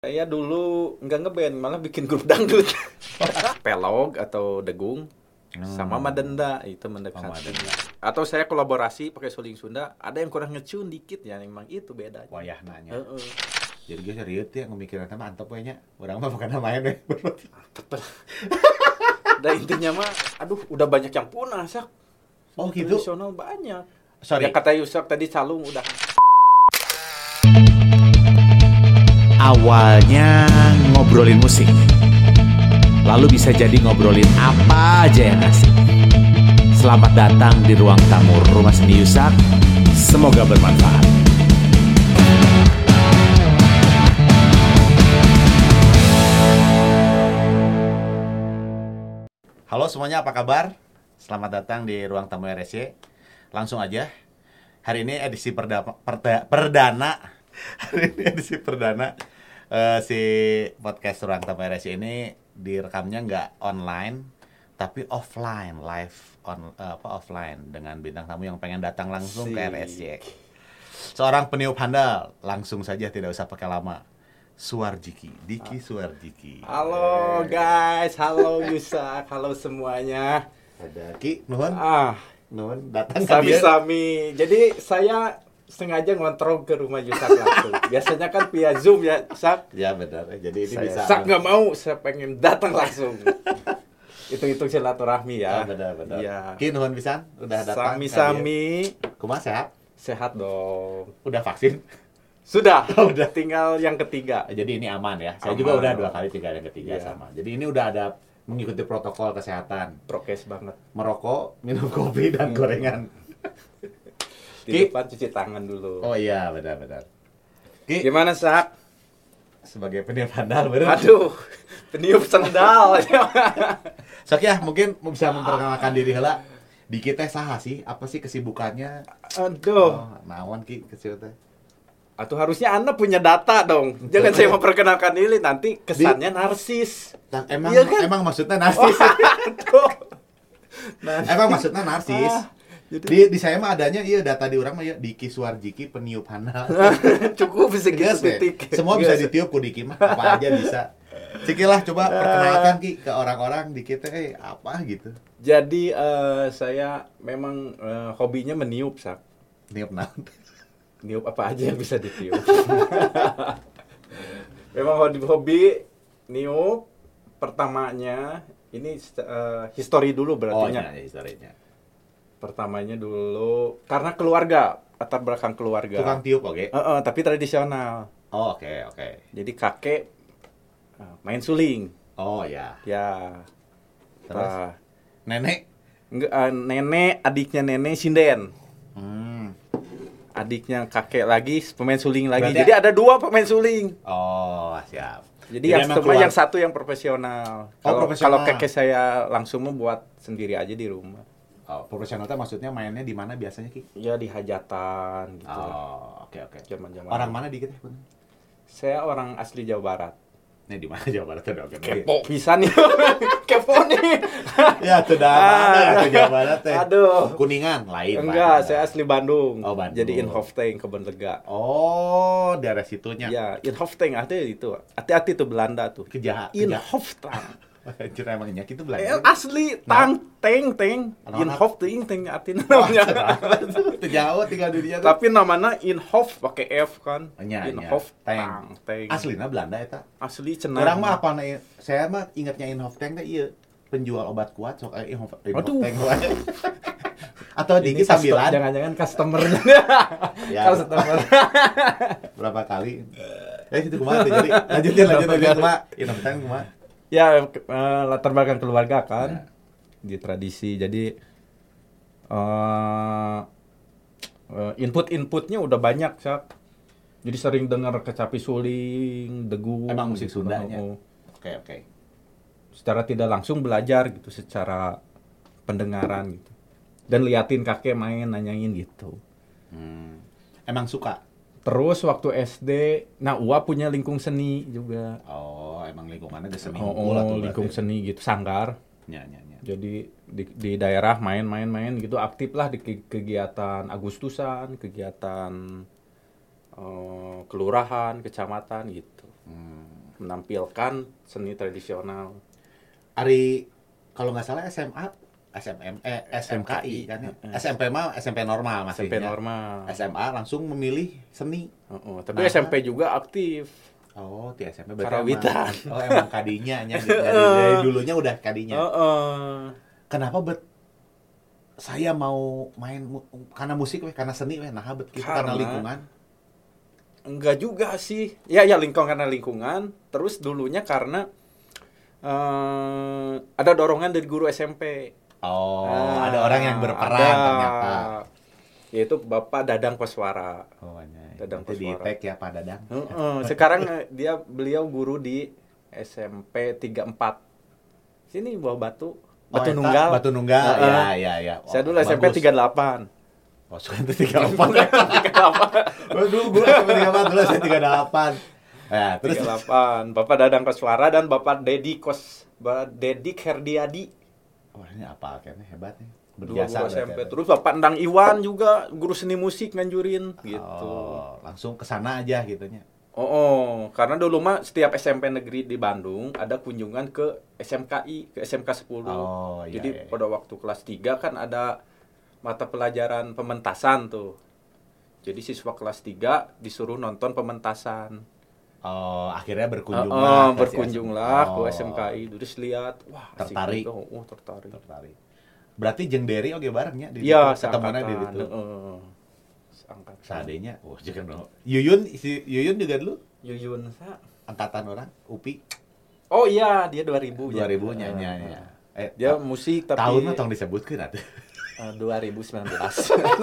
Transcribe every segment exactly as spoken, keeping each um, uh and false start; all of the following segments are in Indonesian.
Saya dulu nggak ngeband, malah bikin grup dangdut. Pelog atau Degung Hmm. sama Madenda itu Oh, mendekati. Madenda. Atau saya kolaborasi pakai suling Sunda, ada yang kurang ngecun dikit ya, memang itu beda. Wayah nanya. Heeh. Jadi gue serius ya ngemikirin nama mantep we nya. Urang mah bukan main we. Dan intinya mah, aduh udah banyak yang punah, Sak. Oh gitu. Tradisional banyak. Sorry. Ya kata Yusuf tadi calung udah. Awalnya ngobrolin musik, lalu bisa jadi ngobrolin apa aja yang asik. Selamat datang di ruang tamu Rumah Seni Yusak. Semoga bermanfaat. Halo semuanya, apa kabar? Selamat datang di ruang tamu R S Y. Langsung aja. Hari ini edisi perda- perda- perdana. Hari ini edisi perdana uh, si podcast ruang tamu R S Y ini direkamnya nggak online, tapi offline, live on uh, apa offline dengan bintang tamu yang pengen datang langsung ke R S Y. Seorang peniup handal, langsung saja tidak usah pakai lama. Suarjiki, Diki Suarjiki. Halo guys, halo Yusak, halo semuanya. Ada Ki, nuhun. Ah, Nuhun datang ke dia. Sami-sami. Jadi saya sengaja ngontrol ke rumah Yusak langsung. Biasanya kan via Zoom ya, Sak. Ya benar. Jadi ini Saya bisa. Sak nggak mau, saya pengen datang langsung. Itu-itu silaturahmi ya. Ah, benar benar. Iya. Ki nuhun pisan udah datang. Sami-sami. Kumaha sehat? Sehat dong. Udah vaksin? Sudah. Oh, udah. Tinggal yang ketiga. Jadi ini aman ya. Saya Aman. juga udah dua kali, tiga yang ketiga Iya. sama. Jadi ini udah ada mengikuti protokol kesehatan. Prokes banget. Merokok, minum kopi dan Hmm. gorengan. Di Ki. depan cuci tangan dulu. Oh iya, benar benar. Ki, Gimana, Sak? sebagai peniup handal bener. Aduh, peniup sendal. Sok ya, mungkin bisa memperkenalkan diri heula. Diki teh saha sih? Apa sih kesibukannya? Aduh. Oh, naon Ki kecil teh? Atau harusnya Anda punya data dong. Jangan saya memperkenalkan diri, nanti kesannya narsis. Nah, emang Iya kan? emang maksudnya narsis. Aduh. Emang maksudnya narsis. Ah, jadi- Di di saya mah adanya iya data di orang mah ya Diki Suarjiki peniup handal. Cukup segitu Yes, we. titik. Semua bisa Yes. ditiup ku Diki mah, apa aja bisa. Cikilah coba perkenalkan Ki ke orang-orang Diki teh eh, apa gitu. Jadi eh, saya memang eh, hobinya meniup, Sak. Niup naon? Niup apa aja yang bisa ditiup. Memang hobi-hobi niup pertamanya ini eh, history dulu Oh, berarti iya, iya, historinya. Pertamanya dulu karena keluarga, latar belakang keluarga. Tukang tiup oke. Eh, eh, tapi tradisional. Oh, oke, oke. Jadi kakek eh, main suling. Oh, ya. Ya. Terus Ah, nenek. enggak, eh, nenek, adiknya nenek sinden. Hmm. Adiknya kakek lagi pemain suling lagi. Berarti- Jadi ada dua pemain suling. Oh, siap. Jadi, yang emang cuma keluar- yang satu yang profesional. Oh, Kalau profesional. kalau kakek saya langsung membuat sendiri aja di rumah. Oh, profesional teh maksudnya mainnya di mana biasanya Ki? Ya di hajatan gitu. Oh, oke oke. Zaman-zaman. Orang mana Diki teh? Saya orang asli Jawa Barat. Nih di mana Jawa Barat tuh dong? Kepo pisan nih. Kepo nih. Ya, tuh dah mana ya tuh Jawa Barat teh. Aduh. Kuningan lain. Enggak, Bandung. saya asli Bandung. Oh, Bandung. Jadi Inhofteng Kebon Lega. Oh, daerah situnya. Ya, Inhofteng ada itu. Hati-hati tuh Belanda tuh. Kejahat. Inhofteng. Anjir emangnya gitu Eh, Belanda. asli tang teng teng Anak-anak. Inhofteng teng artinya Wah, namanya. Itu jauh tinggal dunia tuh. Tapi namanya Inhof pakai F kan. Nya, nya. Inhofteng teng. Aslina Belanda eta. Asli cenah. Orang mah apa nih? Saya mah ingatnya Inhofteng teh iya penjual obat kuat sok eh Inhof- Aduh. Inhofteng wae. Atau Ini Diki custom- sambilan Jangan-jangan customernya. Ya. Customer. berapa kali. Eh itu kumaha tuh jadi lanjutin lanjutin lanjutin kumaha. Inhofteng kumaha? Ya, eh, latar belakang keluarga kan. Ya. Di tradisi. Jadi eh eh, input-inputnya udah banyak, Sak. Jadi sering dengar kecapi suling, degung. Emang musik gitu. Sundanya? Oh, oh. Oke oke. Secara tidak langsung belajar gitu, secara pendengaran gitu. Dan liatin kakek main, nanyain gitu. Hmm. Emang suka. Terus waktu S D, nah U A punya lingkung seni juga. Oh, emang lingkungannya geus seni Oh, unggul atuh oh berarti. lingkung seni gitu, sanggar. Nya nya nya. Jadi di, di daerah main-main-main gitu, aktif lah di ke- kegiatan Agustusan, kegiatan eh, kelurahan, kecamatan gitu. Hmm. menampilkan seni tradisional. Ari kalau nggak salah S M A, S M M, eh S M K I kan ya. S M P mah S M P normal S M P masih. normal. S M A langsung memilih seni. Uh-uh. Tapi Nah. S M P juga aktif. Oh, di S M P berarti Karawitan. emang, oh emang kadinya nya dari, dari dulunya udah kadinya. Uh-uh. Kenapa bet saya mau main mu- karena musik weh, karena seni weh, nah bet gitu karena, Karena- lingkungan. Enggak juga sih. Ya ya lingkungan karena lingkungan. Terus dulunya karena eh ada dorongan dari guru S M P. Oh, Ah, ada orang yang berperan ada. ternyata. Yaitu Bapak Dadang Koswara. Oh, anjay. Dadang Itu di Koswara. tag ya Pak Dadang. Heeh, sekarang eh, dia beliau guru di S M P tiga puluh empat. Sini Bawah Batu. Batu Oh, eta, Nunggal. Batu Nunggal. Heeh. Ya, ya, ya. Oh, Saya dulu S M P bagus. tiga puluh delapan. Oh, suka itu tiga puluh delapan. tiga puluh delapan. Waduh, gue S M P tiga puluh empat, dulu saya tiga puluh delapan. Ya, terus tiga puluh delapan. Bapak Dadang Koswara dan Bapak Dedi Kos Bapak Dedi Herdiadi. oh, ini apa kayaknya hebat nih. Dua Berjasa guru S M P. berarti. Terus Bapak Endang Iwan juga guru seni musik nganjurin gitu. Oh, langsung ke sana aja gitunya. Oh, oh, karena dulu mah setiap S M P negeri di Bandung ada kunjungan ke S M K I, ke S M K sepuluh. Oh, iya, Jadi iya. pada waktu kelas tiga kan ada mata pelajaran pementasan tuh. Jadi siswa kelas tiga disuruh nonton pementasan. Oh, akhirnya Oh, berkunjunglah. oh, ke si berkunjunglah S M K I. ke S M K I. Terus lihat, wah asik Tertarik. juga. Oh, tertarik. Tertarik. Berarti jeung Derry oge barengnya di Iya, ketemuannya di seangkatan. situ. Heeh. Seangkatan. Sadenya, oh jangan dong. Yuyun, si Yuyun juga dulu Yuyun sa. angkatan orang, Upi Oh iya, dia dua ribu dua ribu ya. nyanyi ya. Eh, Dia ta- musik tapi tahun mah tong disebutkeun atuh. eh, dua ribu sembilan belas.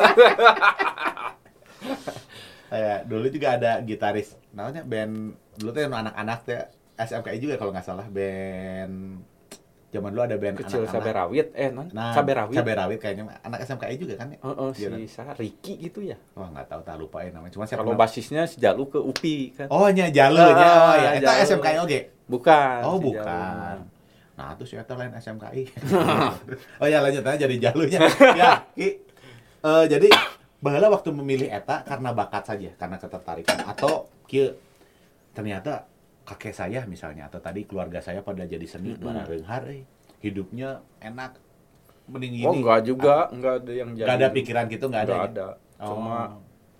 Kayak dulu juga ada gitaris, namanya band dulu tuh yang anak-anak teh S M K I juga kalau nggak salah band zaman dulu ada band Kecil anak-anak. Cabe Rawit eh non Nah, Cabe Rawit. Cabe Rawit kayaknya anak S M K I juga kan ya? Heeh, Iya, si Sa Riki gitu ya. Wah nggak tahu, tak lupa ya namanya. Cuma siapa Kalau nama- basisnya si Jalu ke Upi kan. Oh nya Jalu nya, oh ya, itu Jalu. S M K I oge. Bukan. Oh si bukan. Jalu. Nah terus ya lain S M K I. Oh ya lanjut aja jadi Jalunya. Ya, Ki. Eh, jadi baheula waktu memilih eta karena bakat saja, karena ketertarikan atau kieu ternyata kakek saya misalnya atau tadi keluarga saya pada jadi seni Mm-mm. barang reunghar euy. Hidupnya enak mending Oh gini. enggak juga, enggak ada yang jadi. Nggak ada pikiran gitu, nggak ada. Enggak ya? ada. Cuma Oh.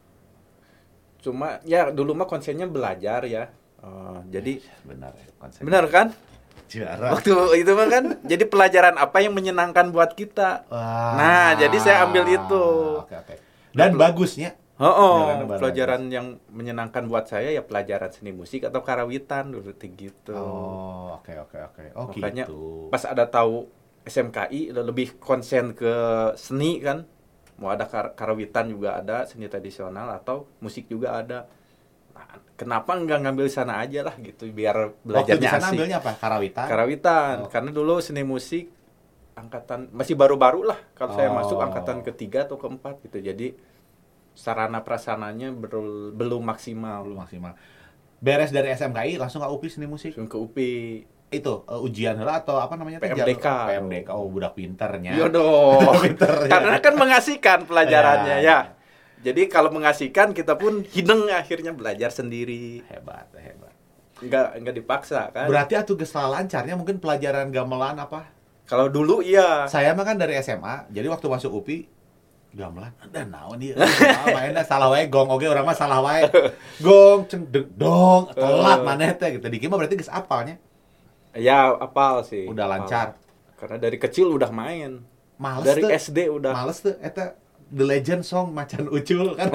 cuma ya dulu mah konsennya belajar ya. Eh, jadi benar ya konsep. benar kan? Juara. Waktu itu mah kan jadi pelajaran apa yang menyenangkan buat kita. Wah. Nah, jadi saya ambil itu. Oke, oke. Dan Betul. bagusnya Oh, oh, Pelajaran baru pelajaran yang menyenangkan buat saya ya pelajaran seni musik atau karawitan dulu gitu. Oh, oke oke oke. Oh, Makanya gitu. pas ada tahu S M K I udah lebih konsen ke seni kan. Mau ada kar- karawitan juga ada, seni tradisional atau musik juga ada. Nah, kenapa nggak ngambil sana aja lah gitu biar Waktu di belajarnya sana asik. ambilnya apa? Karawitan. Karawitan, Oh. karena dulu seni musik angkatan masih baru-baru lah kalau saya Oh. masuk angkatan ketiga atau keempat gitu. Jadi sarana prasananya bel- belum maksimal. Belum maksimal. Beres dari S M K I langsung ke U P I seni musik. Langsung ke U P I. Itu uh, ujian heula atau apa namanya? teh? P M D K. Jalur- P M D K. Oh, budak pinternya. Iya dong. Pinternya. Karena kan mengasihkan pelajarannya Ya, ya. Jadi kalau mengasihkan kita pun hideng akhirnya belajar sendiri. Hebat, hebat. Enggak enggak dipaksa kan. Berarti atuh geus lancarnya mungkin pelajaran gamelan apa? Kalau dulu iya. Saya mah kan dari S M A, jadi waktu masuk U P I gamelan ada naon ieu mainnya salah wae gong oge urang mah salah wae gong ceng deg dong telat maneh teh gitu dikit mah berarti geus apalnya Ya apal sih. udah apal. lancar. Karena dari kecil udah main. Males Dari tuh S D udah. males tuh eta The Legend Song Macan Ucul kan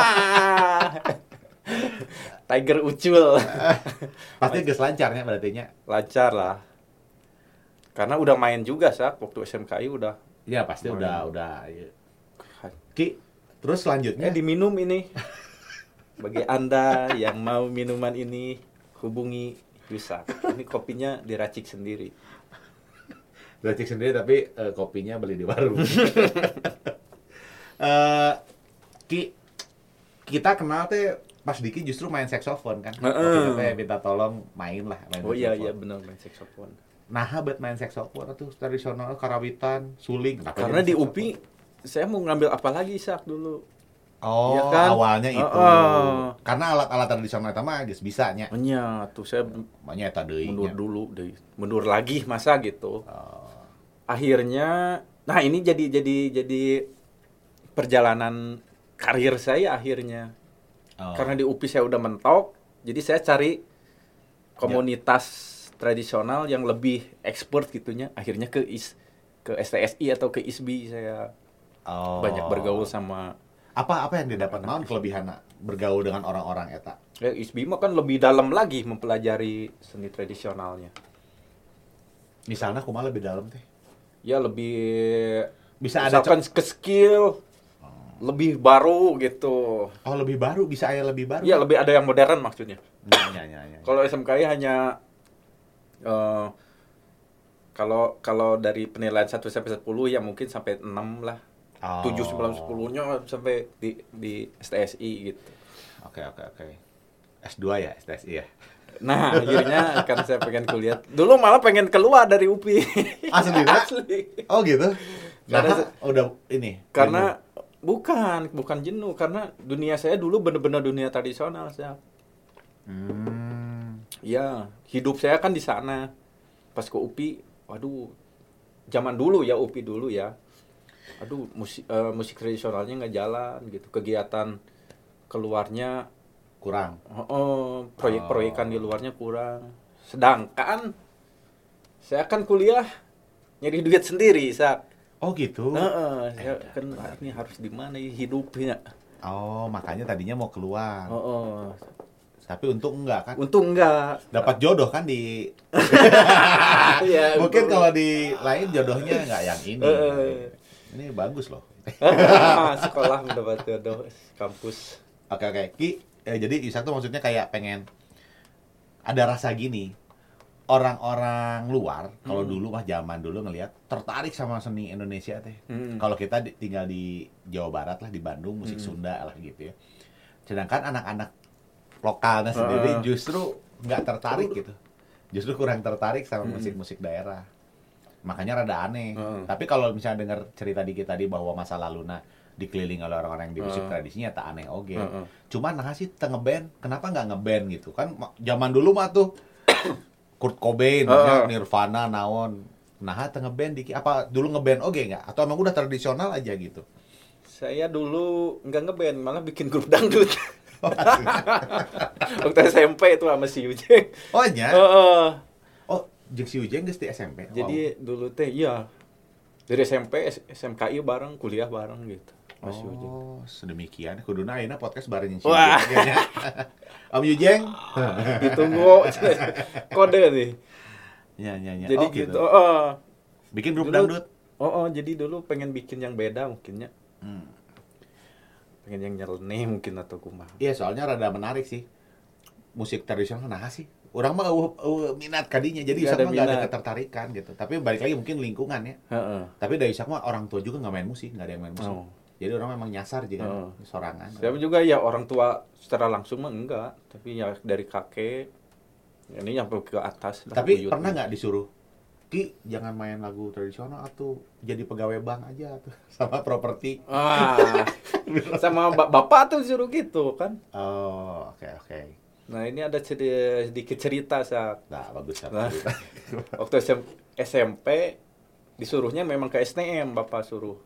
Tiger Ucul. pasti geus lancarnya berarti nya Lancar lah. Karena udah main juga sak waktu S M K I udah. ya pasti Main. udah udah iya. Ki terus selanjutnya Eh diminum ini. Bagi Anda yang mau minuman ini hubungi Yusak. Ini kopinya diracik sendiri. Racik sendiri tapi eh, kopinya beli di warung. Eh, Ki, kita kenal teh pas Diki justru main saksofon kan. Heeh. Waktu itu teh minta tolong main lah main Oh iya saksofon. iya benar main saksofon. Nah, buat main saksofon tuh tradisional karawitan, suling. Nah, Karena jadi di U saksofon. P I saya mau ngambil apa lagi sak dulu. Oh, Iya kan? awalnya itu. Heeh. Karena alat-alat tradisional eta mah geus bisa nya. Nya tuh saya Manya eta deui mundur nya. dulu deh, mundur lagi masa gitu. Oh. Akhirnya, nah ini jadi jadi jadi perjalanan karir saya akhirnya. Oh. Karena di U P I saya udah mentok, jadi saya cari komunitas tradisional yang lebih expert gitunya. Akhirnya ke is ke S T S I atau ke I S B I saya Oh. banyak bergaul sama. Apa apa yang didapat naon kelebihanna bergaul dengan orang-orang eta? Ya, I S B I mah kan lebih dalam lagi mempelajari seni tradisionalnya. Misalnya kumaha lebih dalam teh? Ya lebih Bisa ada misalkan ke skill lebih baru gitu. Oh, lebih baru, bisa aya lebih baru. Ya lebih ada yang modern maksudnya. Ya, ya, ya, ya. Kalau S M K I hanya eh, kalau kalau dari penilaian satu sampai sepuluh ya mungkin sampai enam lah. Oh. tujuh, sembilan, sepuluh-nya sampai di di S T S I gitu. Oke, oke, oke. S dua ya, S T S I ya. Nah, akhirnya kan saya pengen kuliah. Dulu malah pengen keluar dari U P I. Asli, Nak? Asli. Oh, gitu. Karena Karena udah ini. Karena bukan, bukan jenuh karena dunia saya dulu benar-benar dunia tradisional saya. Hmm. Ya, hidup saya kan di sana. Pas ke U P I, waduh, zaman dulu ya U P I dulu ya. Aduh, musik uh, musik tradisionalnya nggak jalan gitu. Kegiatan keluarnya Kurang. oh, oh, proyek-proyekan di luarnya kurang. Sedangkan saya kan kuliah nyari duit sendiri, Sa. Oh, gitu. Heeh, saya kan ah, ini harus di mana ya hidupnya. Oh, makanya tadinya mau keluar. Oh, oh. Tapi untung enggak kan? Untung enggak. Dapat jodoh kan di Iya, Mungkin betul. kalau di lain jodohnya enggak yang ini. Eh. Ini bagus loh. Sekolah mendapat jodoh kampus. Oke, oke. Ki, eh, jadi Yusak tuh maksudnya kayak pengen ada rasa gini. Orang-orang luar kalau Hmm. dulu mah zaman dulu ngelihat tertarik sama seni Indonesia teh. Hmm. Kalau kita di- tinggal di Jawa Barat lah, di Bandung, musik Hmm. Sunda lah gitu ya. Sedangkan anak-anak lokalnya sendiri Heeh. justru nggak tertarik gitu. Justru kurang tertarik sama Hmm. musik-musik daerah. Makanya rada aneh. Heeh. Tapi kalau misalnya dengar cerita dikit tadi bahwa masa laluna dikeliling oleh orang-orang yang di musik Heeh. tradisinya tak aneh oge. Heeh. Cuman nah sih teu ngeband, kenapa nggak ngeband gitu kan? ma- Zaman dulu mah tuh Kurt Cobain, Heeh. Nirvana, naon. Nah, teu ngeband dikit. Apa dulu ngeband oge nggak? Atau emang udah tradisional aja gitu? Saya dulu nggak ngeband, malah bikin grup dangdut. Waktu S M P itu sama si Ujeng. Oh nya? Heeh. Oh, jeung si Ujeng geus di S M P. Jadi dulu teh iya. Dari S M P, S- SMK I bareng, kuliah bareng gitu. oh, Mas Ujeng. oh sedemikian. Kuduna ayeuna podcast bareng si Wah. Ujeng. kayaknya. Om Ujeng. Ditunggu kode nih. Ya, ya, ya. Jadi Oh, gitu. Oh, Bikin grup Dulu- dangdut. oh, oh, jadi dulu pengen bikin yang beda mungkinnya. Hmm. Pengen yang nyeleneh mungkin atau kumaha. Iya, soalnya rada menarik sih. Musik tradisional nah sih. Orang mah uh, uh, minat kadinya. Jadi Nggak Yusak ada mah nggak ada minat. ketertarikan gitu. Tapi balik lagi mungkin lingkungan ya. Heeh. Tapi dari Yusak mah orang tua juga nggak main musik, nggak ada yang main musik. Oh. Jadi orang memang nyasar juga Oh. sorangan. Saya juga ya orang tua secara langsung mah enggak, tapi ya dari kakek ini yang ke atas. lah, Tapi buyut. pernah nggak disuruh, Ki jangan main lagu tradisional atau jadi pegawai bank aja tuh sama properti. Ah, sama ba- bapak tuh suruh gitu kan. Oh, oke oke. Nah ini ada sedi- sedikit cerita saat Nah, bagus kan. Nah. waktu S M S M P disuruhnya memang ke S T M bapak suruh.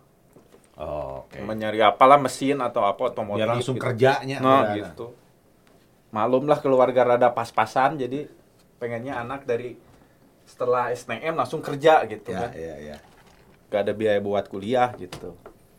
Oh, oke. Menyari apalah mesin atau apa otomotif. Biar langsung gitu. kerjanya. Nah udah. gitu. Malum lah keluarga rada pas-pasan jadi pengennya anak dari setelah S T M langsung kerja gitu Ya, kan. ya, ya. Gak ada biaya buat kuliah gitu.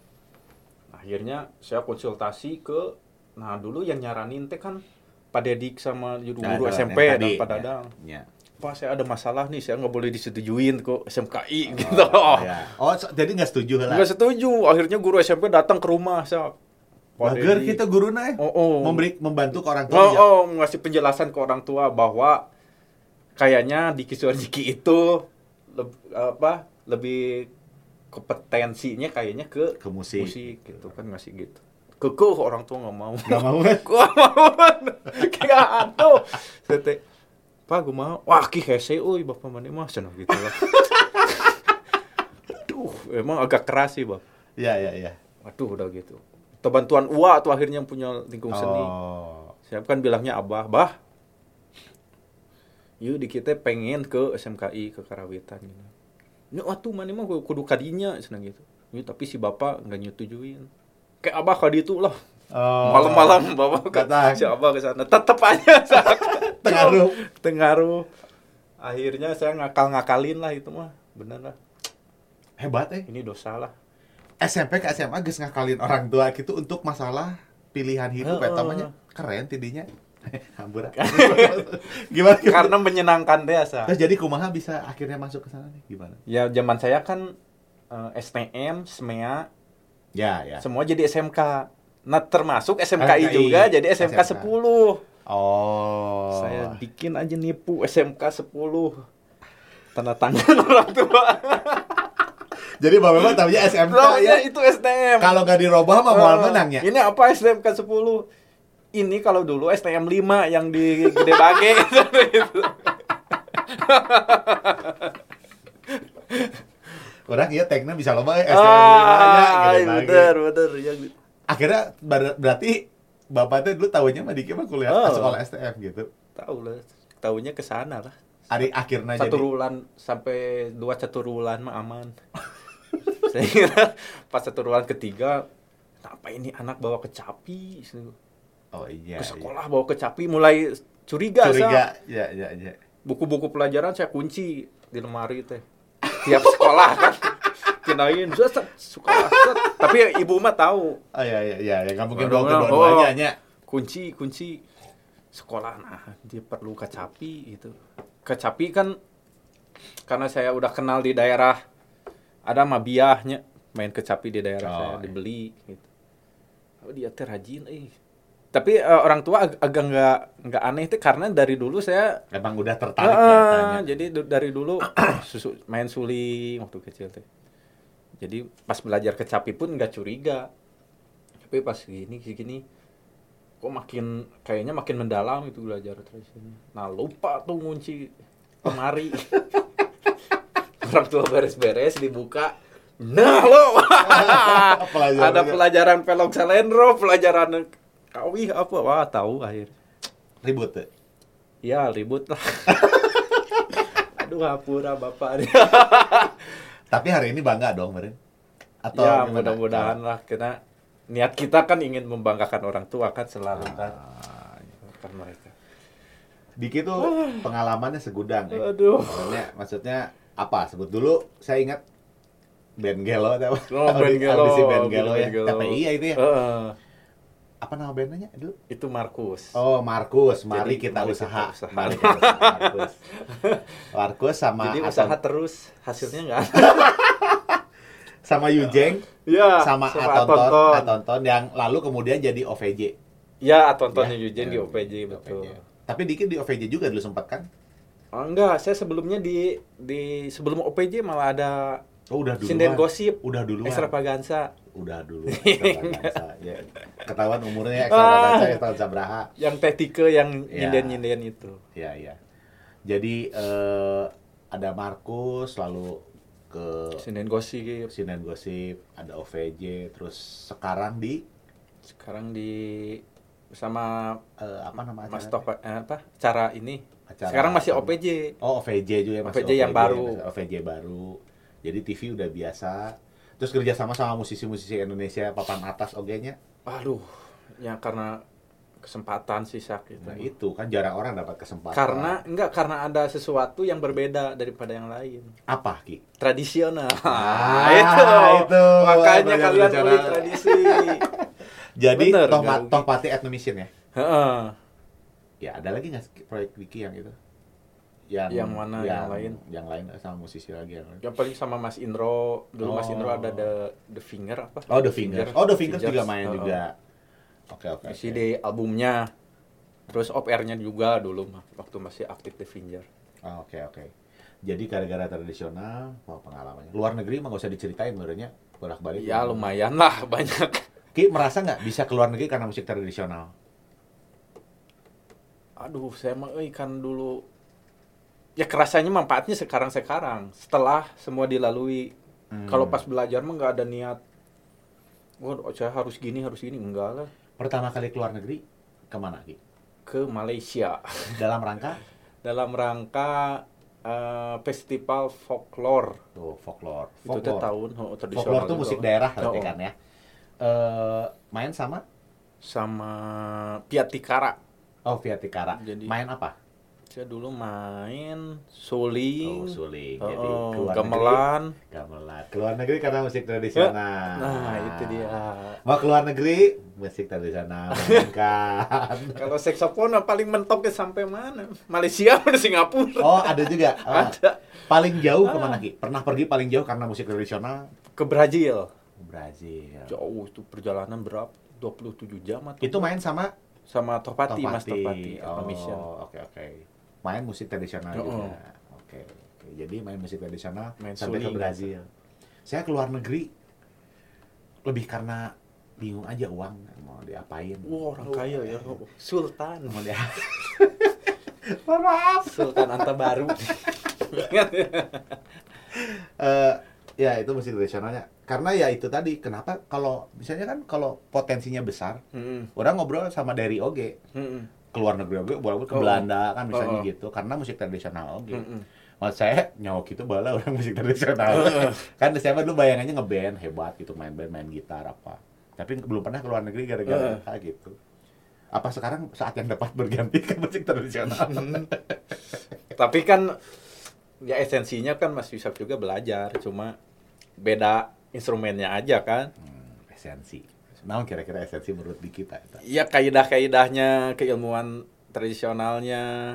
Akhirnya saya konsultasi ke, nah dulu yang nyaranin teh kan Pak Dedik sama guru Nah, S M yang P tadi, dan Pak ya. Dadang. Ya. Pak saya ada masalah nih, saya nggak boleh disetujuin kok S M K I gitu. Oh, ya. Oh, so- jadi nggak setuju lah. Nggak setuju. Akhirnya guru S M P datang ke rumah saya. Pak Bager Dedik. kita guruna ya. Oh, oh. Memberi membantu ke orang tua. Oh, ya? oh, ngasih penjelasan ke orang tua bahwa kayaknya Diki Suarjiki itu leb- apa lebih kompetensinya kayaknya ke Ke musik. gitu kan ngasih gitu. Kekeh orang tua nggak mau. Nggak mau. Gua mau. Kayak aduh. Sete. Pak gua mau. Wah, ki hese euy bapak mane mah cenah gitu lah. Aduh, emang agak keras sih, Bang. Ya, ya, ya. Waduh udah gitu. atau bantuan Uwa atau akhirnya yang punya lingkung seni. Oh. Saya kan bilangnya Abah, bah, yuk di kita pengen ke S M K I ke Karawitan gitu. Ini waktu mana mah kudu kadinya senang gitu. Yuk, tapi si bapak nggak nyetujuin. Kayak Abah kali itu lah. Oh. Malam-malam bawa ke si Abah ke sana. Tetep aja Tengaruh. Tengaruh. Akhirnya saya ngakal-ngakalin lah itu mah. Bener lah. Hebat eh. Ini dosa lah. S M P ke S M A geus ngakalin orang tua gitu untuk masalah pilihan hidup Heeh. eta mah nya. Keren tidinya. Hampura. Gimana, gimana? Karena menyenangkan deh asa. Terus jadi kumaha bisa akhirnya masuk ke sana nih? Gimana? Ya zaman saya kan uh, S T M, S M E A, Ya, ya. semua jadi S M K. Nah, termasuk S M K I S M K I juga jadi S M K sepuluh. Oh. Saya bikin aja nipu S M K sepuluh. Tanda tangan orang tua. Jadi Bapak memang tahunya S M K Taunya ya. itu S T M. Kalau nggak dirubah mah moal menang ya. Ini apa S M K sepuluh? Ini kalau dulu S T M lima yang di Gede Bage gitu. Orang iya tekna bisa loba ya S T M lima nya Ah, gitu. bener, bener. Ya, Akhirnya ber- berarti Bapak tuh dulu tahunya mah dikit mah kuliah Oh. sekolah S T M gitu. tahu lah. Taunya ke sana lah. Hari akhirnya Satu jadi bulan sampai dua catur bulan mah aman. Saya kira pas satu bulan ketiga, apa ini anak bawa kecapi? oh iya. Ke sekolah bawa kecapi, mulai curiga. Iya. Curiga, Sa. ya ya ya. Buku-buku pelajaran saya kunci di lemari teh. Tiap sekolah kan. Kinain, set, sekolah, set. Tapi ya, ibu mah tahu. Oh iya iya iya, ya nggak mungkin Oh, bawa oh, kedua-duanya oh. nya. Kunci, kunci sekolah. Nah, dia perlu kecapi gitu. Kecapi kan karena saya udah kenal di daerah, ada mabiahnya main kecapi di daerah Oh, saya, iya. dibeli gitu. Oh, dia teh rajin eh. Tapi uh, orang tua ag- agak nggak nggak aneh itu karena dari dulu saya Emang udah tertarik Ah, kelihatannya. jadi du- dari dulu susu, main suling waktu kecil teh. Jadi pas belajar kecapi pun nggak curiga. Tapi pas gini gini kok makin kayaknya makin mendalam itu belajar tradisinya. Nah, lupa tuh ngunci lemari. Orang tua beres-beres dibuka. Nah, lo. Pelajaran Ada juga. pelajaran pelok salendro, pelajaran kawih apa? Wah, tahu akhir. Ribut tuh. Ya, ribut lah. Aduh, hapura bapak. Tapi hari ini bangga dong, Meren. Atau Ya, gimana? mudah-mudahan lah karena niat kita kan ingin membanggakan orang tua kan selalu kan. Ah, Kan mereka. Diki tuh pengalamannya segudang ya. Aduh. Maksudnya, maksudnya apa? Sebut dulu, saya ingat band Gelo tahu. Oh, band Gelo. Audisi band Gelo ya. Band Gelo. T P I ya itu ya. Heeh. Apa nama bandnya dulu? Itu Markus. Oh, Markus. Mari Jadi, kita mari usaha. kita usaha. Mari kita usaha, Markus. Markus sama Jadi Aton- usaha terus, hasilnya enggak. sama Yujeng Ya, sama Atonton, Atonton yang lalu kemudian jadi O V J. Ya, Atontonnya Ya, Yujen ya, di O P J di betul. O V J. Tapi dikit di O V J juga dulu sempat kan? Oh, enggak, saya sebelumnya di di sebelum O P J malah ada Oh, udah duluan. Sinden Gosip. Udah duluan. Extravaganza. Udah dulu extravaganza. Ya, ketahuan umurnya extravaganza ya tahun sabraha. Yang Tetike yang Ya. nyinden-nyinden itu. Iya, iya. Jadi eh, ada Markus lalu ke Sinden Gosip. Sinden Gosip, ada O V J, terus sekarang di Sekarang di bersama eh, apa nama Mas acaranya? Top eh, apa? Cara ini. Acara Sekarang masih apa? O P J. Oh, O V J juga ya, masih O V J yang baru. masih O V J baru. Jadi T V udah biasa. Terus kerja sama sama musisi-musisi Indonesia papan atas ogenya. Aduh, ya karena kesempatan sih Sak gitu. Nah, itu kan jarang orang dapat kesempatan. Karena enggak karena ada sesuatu yang berbeda daripada yang lain. apa, Ki? Tradisional. Ah, itu. itu. Makanya Tradisional. kalian beli tradisi. Jadi Bener, toh nggak ma- rugi. toh pati ethnomission ya. Heeh. Ya, ada lagi nggak proyek Wiki yang itu? Yang Yang mana, yang lain? Yang lain sama musisi lagi yang lain. Yang paling sama Mas Indro. Dulu Mas Oh. Indro ada The The Finger apa? Oh, The Fingers. Oh, The Fingers juga main Heeh. juga. Oke, oke. Isi oke. di albumnya. Terus op air-nya juga dulu mah waktu masih aktif The Finger. Oh, oke, oke. Jadi gara-gara tradisional, wah pengalamannya. Luar negeri mah nggak usah diceritain menurutnya. Bolak-balik. Ya lumayan lah banyak. Ki merasa nggak bisa keluar negeri karena musik tradisional? Aduh, saya mah euy kan dulu ya kerasanya manfaatnya sekarang-sekarang setelah semua dilalui. Hmm. Kalau pas belajar mah nggak ada niat Wah, saya harus gini, harus gini. Enggak lah. Pertama kali keluar negeri kemana Ki? Ke Malaysia. Dalam rangka? Dalam rangka uh, festival folklore. Tuh, folklore. Itu teh tahun oh, tradisional. Folklore tuh musik daerah berarti oh. kan ya. Uh, main sama? Sama Pia Tikara. Oh, Pia Tikara. Jadi, main apa? Saya dulu main suling. Oh, suling. Oh, Jadi keluar gamelan. Negeri, gamelan. Keluar negeri karena musik tradisional. Nah, itu dia. Mau keluar negeri, musik tradisional mainkan. Kalau saksofon paling mentoknya sampai mana? Malaysia atau Singapura? Oh, ada juga. Oh. Ada. Paling jauh kemana Ki? Pernah pergi paling jauh karena musik tradisional? Ke Brazil. Brazil. Jauh itu perjalanan berapa? dua puluh tujuh jam atau itu main sama sama Topati, Topati. Mas Topati. Oh, Mission. oke oke. Main musik tradisional oh. juga. Oke. Oke. Jadi main musik tradisional main sampai suling. Ke Brazil. Saya keluar negeri lebih karena bingung aja uang mau diapain. Wah, orang kaya ya. Sultan. Mau dia. Maaf. Sultan Anta Baru. uh, ya itu musik tradisionalnya. Karena ya itu tadi, kenapa kalau misalnya kan kalau potensinya besar, hmm. orang ngobrol sama dari Oge, hmm. keluar negeri Oge, walaupun ke oh. Belanda kan misalnya oh. gitu, karena musik tradisional Oge. Hmm. Maksud saya nyawak itu bala orang musik tradisional. Kan saya dulu bayangannya ngeband hebat gitu, main band, main gitar apa. Tapi belum pernah keluar negeri gara-gara uh. gitu. Apa sekarang saat yang dapat berganti ke musik tradisional? Tapi kan ya esensinya kan Mas Yusuf juga belajar, cuma beda instrumennya aja kan. Hmm, esensi. Nah, kira-kira esensi menurut di kita. Iya, kaidah-kaidahnya, keilmuan tradisionalnya,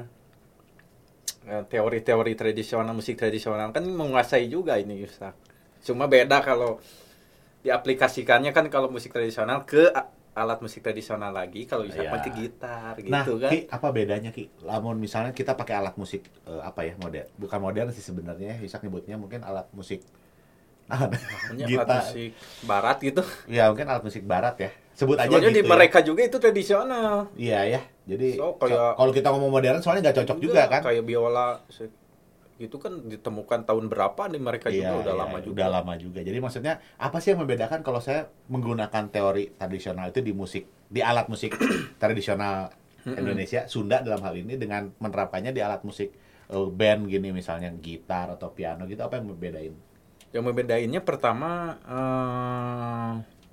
teori-teori tradisional, musik tradisional kan menguasai juga ini Yusak. Cuma beda kalau diaplikasikannya kan kalau musik tradisional ke alat musik tradisional lagi, kalau bisa pakai gitar gitu nah, kan. Ki, apa bedanya Ki? Lamun misalnya kita pakai alat musik uh, apa ya modern, bukan modern sih sebenarnya, Yusak nyebutnya mungkin alat musik Nah, alat musik barat gitu. Ya mungkin alat musik barat ya. Sebut aja soalnya gitu. Di ya. mereka juga itu tradisional. Iya ya. Jadi so, kayak, kalau kita ngomong modern soalnya nggak cocok juga, juga kan. Kayak biola itu kan ditemukan tahun berapa di mereka iya, juga udah iya, lama juga. Udah lama juga. Jadi maksudnya apa sih yang membedakan kalau saya menggunakan teori tradisional itu di musik, di alat musik tradisional Indonesia, Sunda dalam hal ini dengan menerapkannya di alat musik uh, band gini misalnya gitar atau piano gitu, apa yang membedain? Yang membedainnya pertama uh,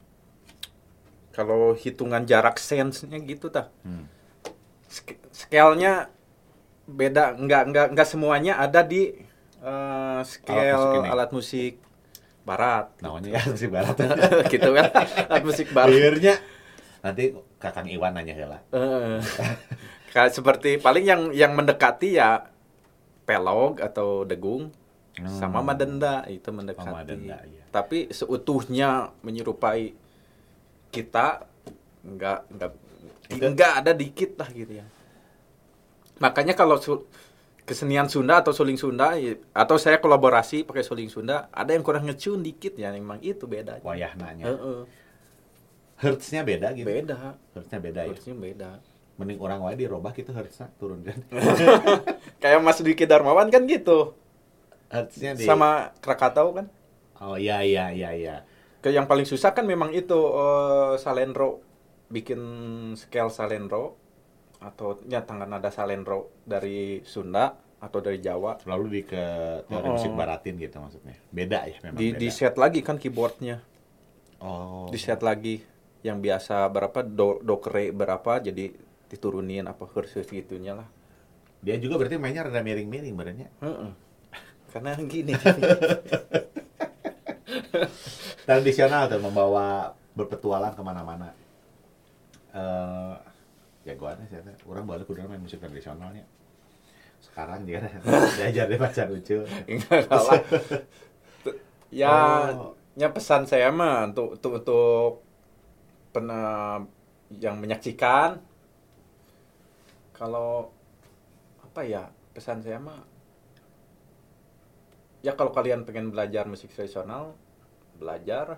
kalau hitungan jarak sense-nya gitu tah. Hmm. Scale-nya beda, enggak enggak enggak semuanya ada di uh, scale alat musik, alat musik barat. Namanya alat musik barat. Gitu kan. Alat musik barat. Akhirnya nanti Kakang Iwan nanya heula. Uh, kayak seperti paling yang yang mendekati ya pelog atau degung. Hmm. Sama madenda itu mendekati. Oh, madenda, iya. Tapi seutuhnya menyerupai kita enggak enggak itu? Enggak ada dikit lah gitu ya. Makanya kalau su- kesenian Sunda atau suling Sunda atau saya kolaborasi pakai suling Sunda, ada yang kurang ngecun dikit ya, memang itu beda. Wayahnanya. Heeh. Hertznya beda gitu. Beda. Hertznya beda ya. Hertznya beda. Mending orang wae dirobah gitu hertznya turun kan. Kayak Mas Dwiki Darmawan kan gitu. Hertznya di... sama Krakatau kan. Oh iya iya iya iya. Ke yang paling susah kan memang itu uh, salendro, bikin scale salendro atau ya tangan nada salendro dari Sunda atau dari Jawa. Lalu di ke teori oh. musik baratin gitu maksudnya. Beda ya memang. Di beda. di set lagi kan keyboardnya. Oh. Di set lagi yang biasa berapa do do kere berapa jadi diturunin apa kursus gitunya lah. Dia juga berarti mainnya rada miring-miring badannya. Heeh. Karena gini. Tradisional tuh membawa berpetualang kemana-mana. Uh, ya gua aneh sih, orang balik udah main musik tradisionalnya. Sekarang dia diajar deh pacar lucu. Enggak kalah. Ya, oh. ya pesan saya mah untuk untuk untuk pernah yang menyaksikan. Kalau apa ya pesan saya mah. Ya kalau kalian pengen belajar musik tradisional, belajar.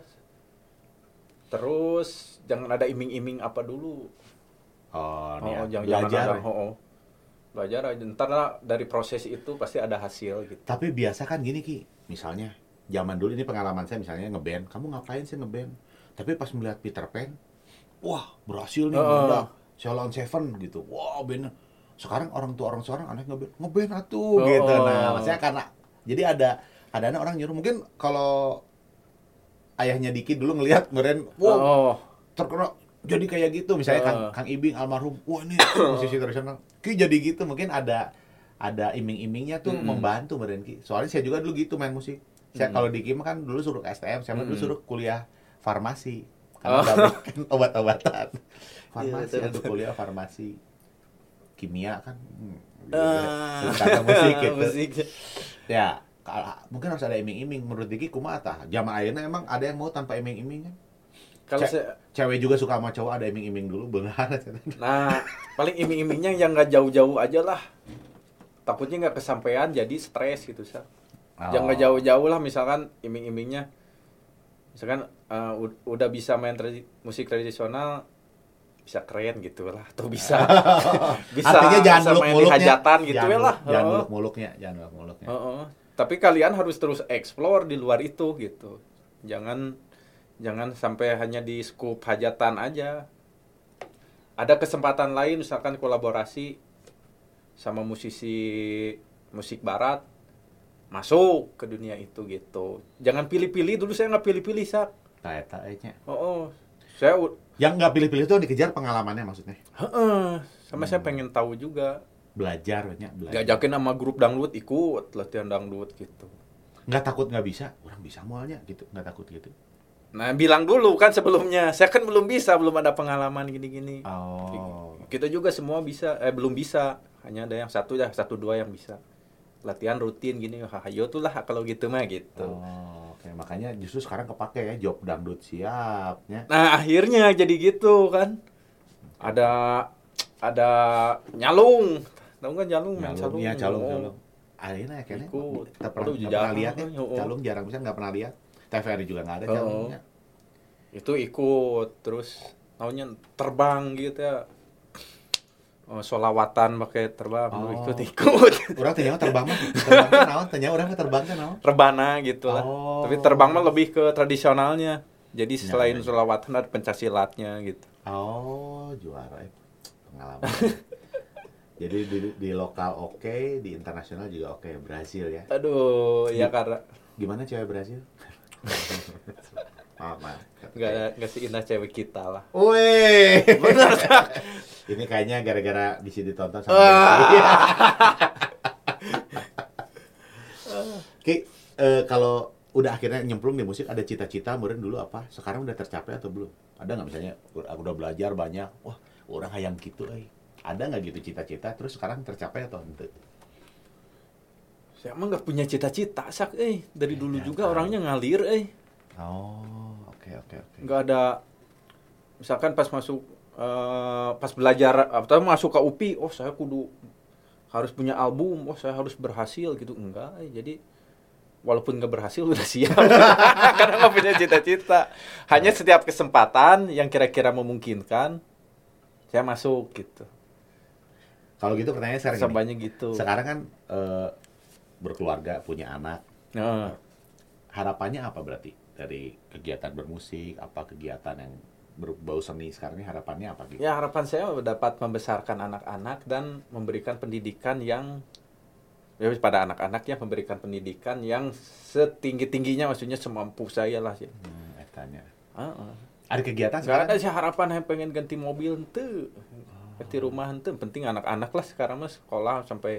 Terus jangan ada iming-iming apa dulu. Oh, oh jangan belajar. Jangan ada, oh, oh. Belajar aja. Ntar lah dari proses itu pasti ada hasil gitu. Tapi biasa kan gini Ki, misalnya zaman dulu ini pengalaman saya misalnya ngeband, kamu ngapain sih ngeband? Tapi pas melihat Peter Pan, wah berhasil nih, Uh. udah Ceylon Seven gitu, wah bener. Sekarang orang tua orang sekarang aneh ngeband, ngeband atuh Oh. gitu. Nah, maksudnya karena jadi ada ada orang nyuruh, mungkin kalau ayahnya Diki dulu ngelihat kemarin, wow Oh. terkenal jadi kayak gitu, misalnya Uh. Kang, Kang Ibing almarhum, wah ini musisi tradisional, Ki jadi gitu, mungkin ada ada iming-imingnya tuh Mm-mm. membantu meren Ki. Soalnya saya juga dulu gitu main musik. Saya Mm-mm. kalau Diki mah kan dulu suruh ke S T M, saya mah dulu Mm-mm. suruh kuliah farmasi. Karena Oh. udah bikin obat-obatan. Farmasi, Iya, atau betul. kuliah farmasi. Kimia kan. Hmm, gitu. Ah. Terus kata musik gitu. Musik. Ya, kalau- mungkin harus ada iming-iming. Menurut Diki kumaha tah? Zaman ayeuna emang ada yang mau tanpa iming-iming kan? Kalau Ce- saya, Cewek juga suka sama cowok, ada iming-iming dulu, benar. nah paling iming-imingnya yang nggak jauh-jauh aja lah. Takutnya nggak kesampaian jadi stres gitu sih. Oh. Jangan nggak jauh-jauh lah, misalkan iming-imingnya, misalkan uh, u- udah bisa main tradi- musik tradisional, bisa keren gitu lah, atau bisa bisa, Artinya jangan bisa main di muluk-muluknya. hajatan gitu Jangan ya lah. muluk- Jangan Heeh. muluk-muluknya, jangan muluk-muluknya. Heeh. Tapi kalian harus terus explore di luar itu gitu. Jangan jangan sampai hanya di skup hajatan aja. Ada kesempatan lain, misalkan kolaborasi sama musisi musik barat, masuk ke dunia itu gitu. Jangan pilih-pilih, dulu saya nggak pilih-pilih, Sak. Nah, eta nya. Oh, oh. Saya u- Yang nggak pilih-pilih itu dikejar pengalamannya maksudnya. heeh, sama saya Hmm. pengen tahu juga. Belajar banyak, belajar. Diajakin sama grup dangdut, ikut latihan dangdut gitu. Nggak takut nggak bisa, orang bisa mualnya gitu, nggak takut gitu. Nah, bilang dulu kan sebelumnya. Saya kan belum bisa, belum ada pengalaman gini-gini. Oh. Kita juga semua bisa, eh belum bisa. Hanya ada yang satu ya, satu dua yang bisa. Latihan rutin gini, hayo tuh lah kalau gitu mah gitu. Oh, oke. Makanya justru sekarang kepake ya job dangdut siapnya. Nah, akhirnya jadi gitu kan. Ada ada nyalung. Tahu nggak nyalung? Main Calung, ya calung, calung. Akhirnya kayaknya Ikut. tak pernah, Aduh, nggak jarang, pernah lihat ya. oh. Calung jarang bisa nggak pernah lihat. T V R I juga nggak ada Oh. calungnya. Itu ikut, terus tahunya terbang gitu ya. Oh, solawatan pakai terbang, Oh. ikut-ikut. Orang tanya terbang mah, terbang kan naon? Tanya orang mah terbang kan naon? Rebana gitu lah. Oh. Tapi terbang mah lebih ke tradisionalnya. Jadi Ya, selain ya, ya. solawatan ada pencaksilatnya gitu. Oh, juara ya. Pengalaman. Jadi di, di lokal oke, di internasional juga oke. Brazil ya. Aduh, ya karena Gimana cewek Brazil? Maaf, maaf. nggak nggak seindah cewek kita lah. Wih. Benar. Ini kayaknya gara-gara di sini ditonton sama Ah. Desi. Ki, eh, kalau udah akhirnya nyemplung di musik, ada cita-cita meureun dulu apa? Sekarang udah tercapai atau belum? Ada nggak misalnya aku udah belajar banyak, wah orang hayang gitu, eh. Ada nggak gitu cita-cita? Terus sekarang tercapai atau ente? Saya emang nggak punya cita-cita, sak, eh dari dulu Ya, juga tahu. orangnya ngalir, eh Oh, oke oke oke. nggak ada. Misalkan pas masuk, eh, pas belajar, atau masuk ke U P I, oh saya kudu harus punya album, oh saya harus berhasil gitu, enggak, eh. Jadi walaupun nggak berhasil udah siap, karena nggak punya cita-cita. Hanya setiap kesempatan yang kira-kira memungkinkan, saya masuk gitu. Kalau gitu pertanyaannya sekarang gini. Sebanyak gitu. Sekarang kan eh, berkeluarga, punya anak. Nah, Harapannya apa berarti dari kegiatan bermusik, apa kegiatan yang berbau seni sekarang ini, harapannya apa gitu? ya harapan saya dapat membesarkan anak-anak dan memberikan pendidikan yang ya pada anak-anaknya, memberikan pendidikan yang setinggi-tingginya, maksudnya semampu saya lah sih. Hmm, etanya. Heeh. Ada kegiatan Nggak sekarang? ada sih harapan yang pengen ganti mobil ente, ganti rumah ente. Penting anak-anak lah sekarang mah sekolah sampai.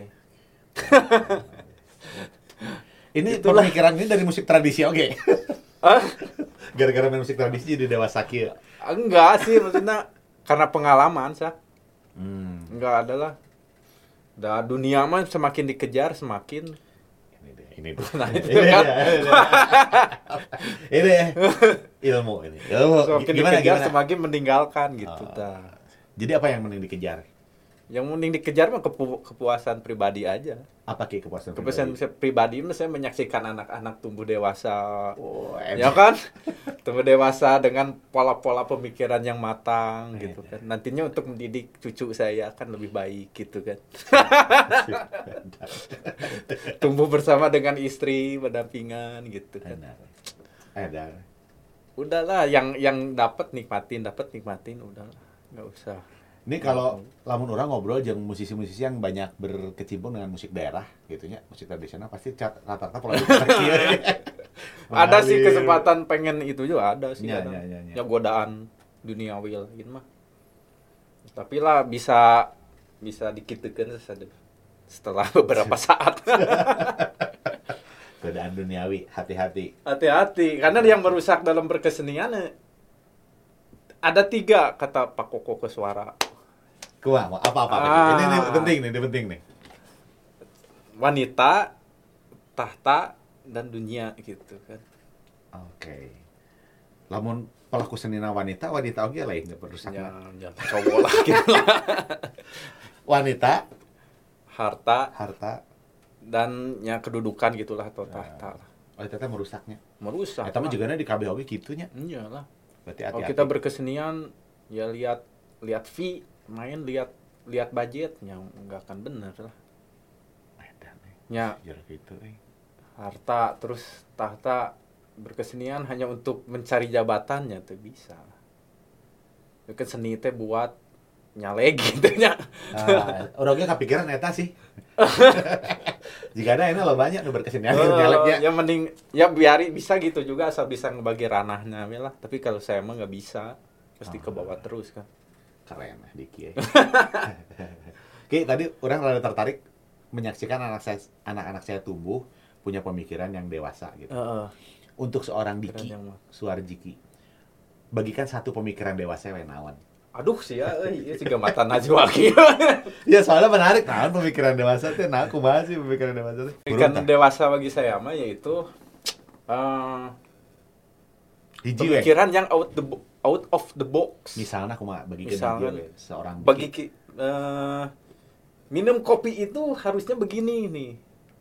Ini Itulah. pemikiran ini dari musik tradisi, oke. Ah, Gara-gara main musik tradisi jadi dewasa kieu. enggak sih, maksudnya karena pengalaman sih. Hmm. Enggak ada lah. Dah dunia mah semakin dikejar semakin. Ini deh, ini deh. Nah, itu ini kan. deh, ini deh. Ini deh. Ilmu ini. Ilmu. Semakin Gimana dikejar gimana? semakin meninggalkan gitu. Oh. Dah. Jadi apa yang mending dikejar? Yang mending dikejar mah kepu- kepuasan pribadi aja. Apa ki kepuasan Kepuasan pribadi? pribadi mah saya menyaksikan anak-anak tumbuh dewasa. Oh, Ya kan? Tumbuh dewasa dengan pola-pola pemikiran yang matang gitu Iya. kan. Nantinya untuk mendidik cucu saya kan lebih baik gitu kan. Tumbuh bersama dengan istri berdampingan gitu kan. Benar. Ada. udahlah yang yang dapat nikmatin, dapat nikmatin udahlah. Nggak usah. Ini kalau lamun orang ngobrol jeung musisi-musisi yang banyak berkecimpung dengan musik daerah gitu nya, musik tradisional pasti cat- rata-rata pola pikir kieu. Ada sih kesempatan pengen itu juga ada sih. Ya, ada. ya, ya, ya. Ya godaan duniawi lah gitu mah. Tapi lah bisa bisa dikitekeun setelah beberapa saat. Godaan duniawi, hati-hati. Hati-hati karena yang merusak dalam berkesenian eh, ada tiga kata Pak Koko Keswara. Kuah, apa-apa. Ah. Ini, ini penting nih, ini penting nih. Wanita, tahta, dan dunia gitu kan. Oke. Lamun pelaku seninya wanita, wanita oke lah yang berusaknya. Ya, jangan cowok lah gitu lah. Wanita, Harta, harta, dan ya kedudukan gitulah atau tahta lah. wanita teh merusaknya. Merusak. Ya, tapi lah. juga di K B O G gitunya. Iyalah. Berarti Kalau hati-hati. kita berkesenian ya lihat lihat fee, main lihat lihat budgetnya nggak akan bener lah. Edan, eh. Ya Sejarah gitu, eh. harta terus tahta berkesenian hanya untuk mencari jabatannya tuh bisa. Itu kan seni teh buat nyaleg gitu nya. Ah, orangnya kepikiran eta sih. Jika ada ini lo banyak nu berkesenian Oh, nyaleknya. ya mending ya biari bisa gitu juga asal bisa ngebagi ranahnya we lah. Tapi kalau saya mah nggak bisa, pasti ke bawah terus kan. Keren lah Diki. Ya. Oke, tadi orang rada tertarik menyaksikan anak saya anak-anak saya tumbuh punya pemikiran yang dewasa gitu. Heeh. Untuk seorang Keren Diki, yang mah. Suarjiki, bagikan satu pemikiran dewasa we naon. Aduh sih ya, euy, ieu siga mata najwa kieu. Ya soalnya menarik, naon pemikiran dewasa teh, nah kumaha sih pemikiran dewasa teh? Pemikiran Burung tah? dewasa bagi saya mah yaitu eh Hiji we. pemikiran yang out the bo- out of the box. Misalnya kumaha bagikeun Misalkan, hiji we, seorang Bagi Diki. ki- eh, minum kopi itu harusnya begini nih.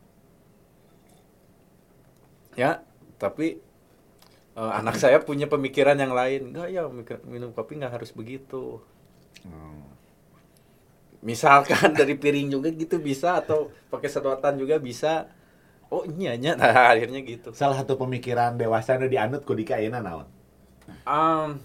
Ya, tapi eh, anak saya punya pemikiran yang lain. Enggak ya, mikir- minum kopi nggak harus begitu. Hmm. Misalkan dari piring juga gitu bisa atau pakai sedotan juga bisa. Oh iya nya, nah, akhirnya gitu. Salah satu pemikiran dewasa nu dianut ku Diki ayeuna naon? Um,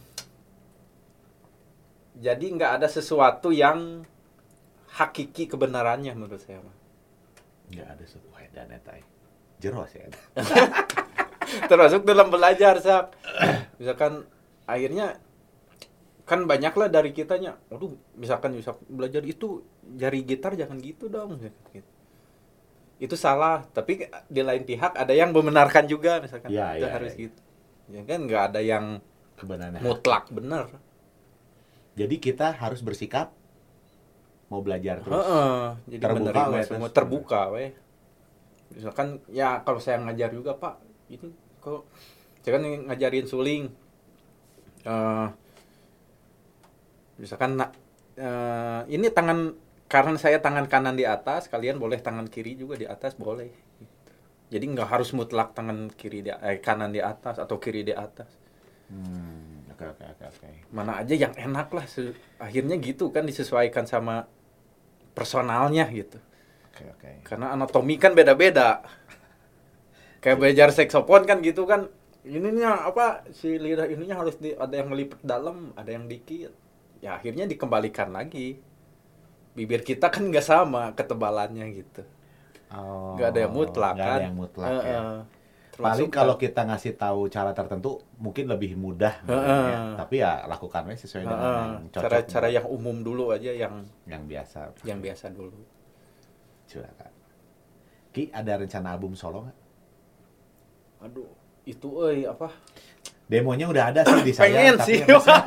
jadi nggak ada sesuatu yang hakiki kebenarannya menurut saya mah. Enggak ada suatu dan eta. Jero sih eta. Termasuk dalam belajar sak. Misalkan akhirnya kan banyak lah dari kitanya. Waduh, misalkan bisa belajar itu jari gitar jangan gitu dong. Gitu. Itu salah. Tapi di lain pihak ada yang membenarkan juga misalkan Ya, itu ya, harus ya. gitu. Ya kan nggak ada yang Kebenaran. mutlak benar. Jadi kita harus bersikap mau belajar terus. Heeh, jadi Terbuka menerima we, semua terus. terbuka we. Misalkan ya kalau saya ngajar juga Pak, ini kok saya kan ngajarin suling. Eh misalkan na- eh, ini tangan karena saya tangan kanan di atas, kalian boleh tangan kiri juga di atas boleh. Gitu. Jadi nggak harus mutlak tangan kiri di eh, kanan di atas atau kiri di atas. Hmm, oke oke oke oke. Mana aja yang enak lah. Se- akhirnya gitu kan disesuaikan sama personalnya gitu. Oke oke. Karena anatomi kan beda-beda. Kayak belajar saksofon kan gitu kan. Ininya apa si lidah ininya harus di, ada yang melipat dalam, ada yang dikit. Ya akhirnya dikembalikan lagi. Bibir kita kan nggak sama ketebalannya gitu. Oh, Nggak ada yang mutlak nggak kan. ada yang mutlak Eh, ya. eh. Paling Termasuk kalau kan- kita ngasih tahu cara tertentu mungkin lebih mudah Heeh. sebenarnya. Tapi ya lakukan we sesuai dengan eh, yang cocok. cara-cara yang umum dulu aja yang yang biasa. yang biasa dulu. Silakan. Ki, ada rencana album solo nggak? Aduh, itu euy apa? Demonya udah ada sih di saya. Pengen tapi sih. yang bisa-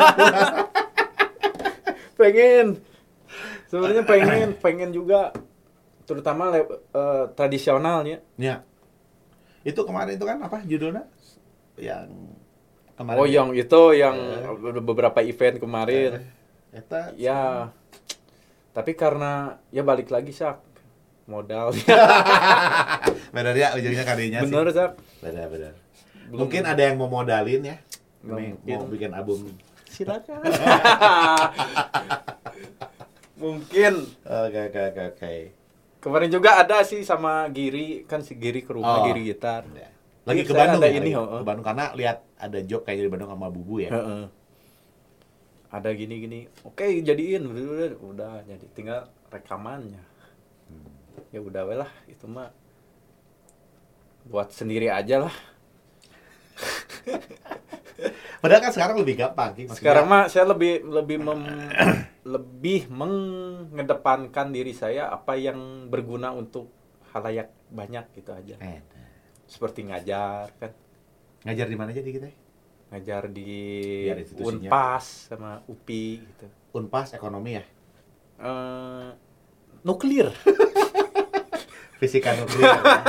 pengen sebenarnya pengen pengen juga terutama le- eh, tradisionalnya Ya. Itu kemarin itu kan apa judulnya? Yang kemarin. oh yang itu yang Eh. beberapa event kemarin Eta ya tapi karena ya balik lagi sak modal bener ya ujungnya kadinya sih. bener sak Bener bener. Belum- Mungkin ada yang mau modalin ya. Nggak Nih, mungkin. mau bikin album. silakan mungkin Oke oke oke oke. kemarin juga ada sih sama Giri kan si Giri ke rumah Oh. Giri gitar Ya. Lagi Iya, ke saya Bandung ada ya? ini, Lagi oh. ke Bandung karena lihat ada job kayak di Bandung sama Bubu ya. Heeh. Ada gini-gini. Oke, jadiin. Udah jadi tinggal rekamannya. Hmm. Ya udah we lah, itu mah buat sendiri aja lah. Padahal kan sekarang lebih gampang. Ki. Maksudnya, Sekarang mah saya lebih lebih mem- lebih mengedepankan diri saya apa yang berguna untuk halayak banyak gitu aja. eh, Seperti ngajar kan, ngajar di mana aja di kita? ngajar di Biar institusinya. Unpas sama U P I gitu. Unpas ekonomi ya. Eh, nuklir. Fisika nuklir.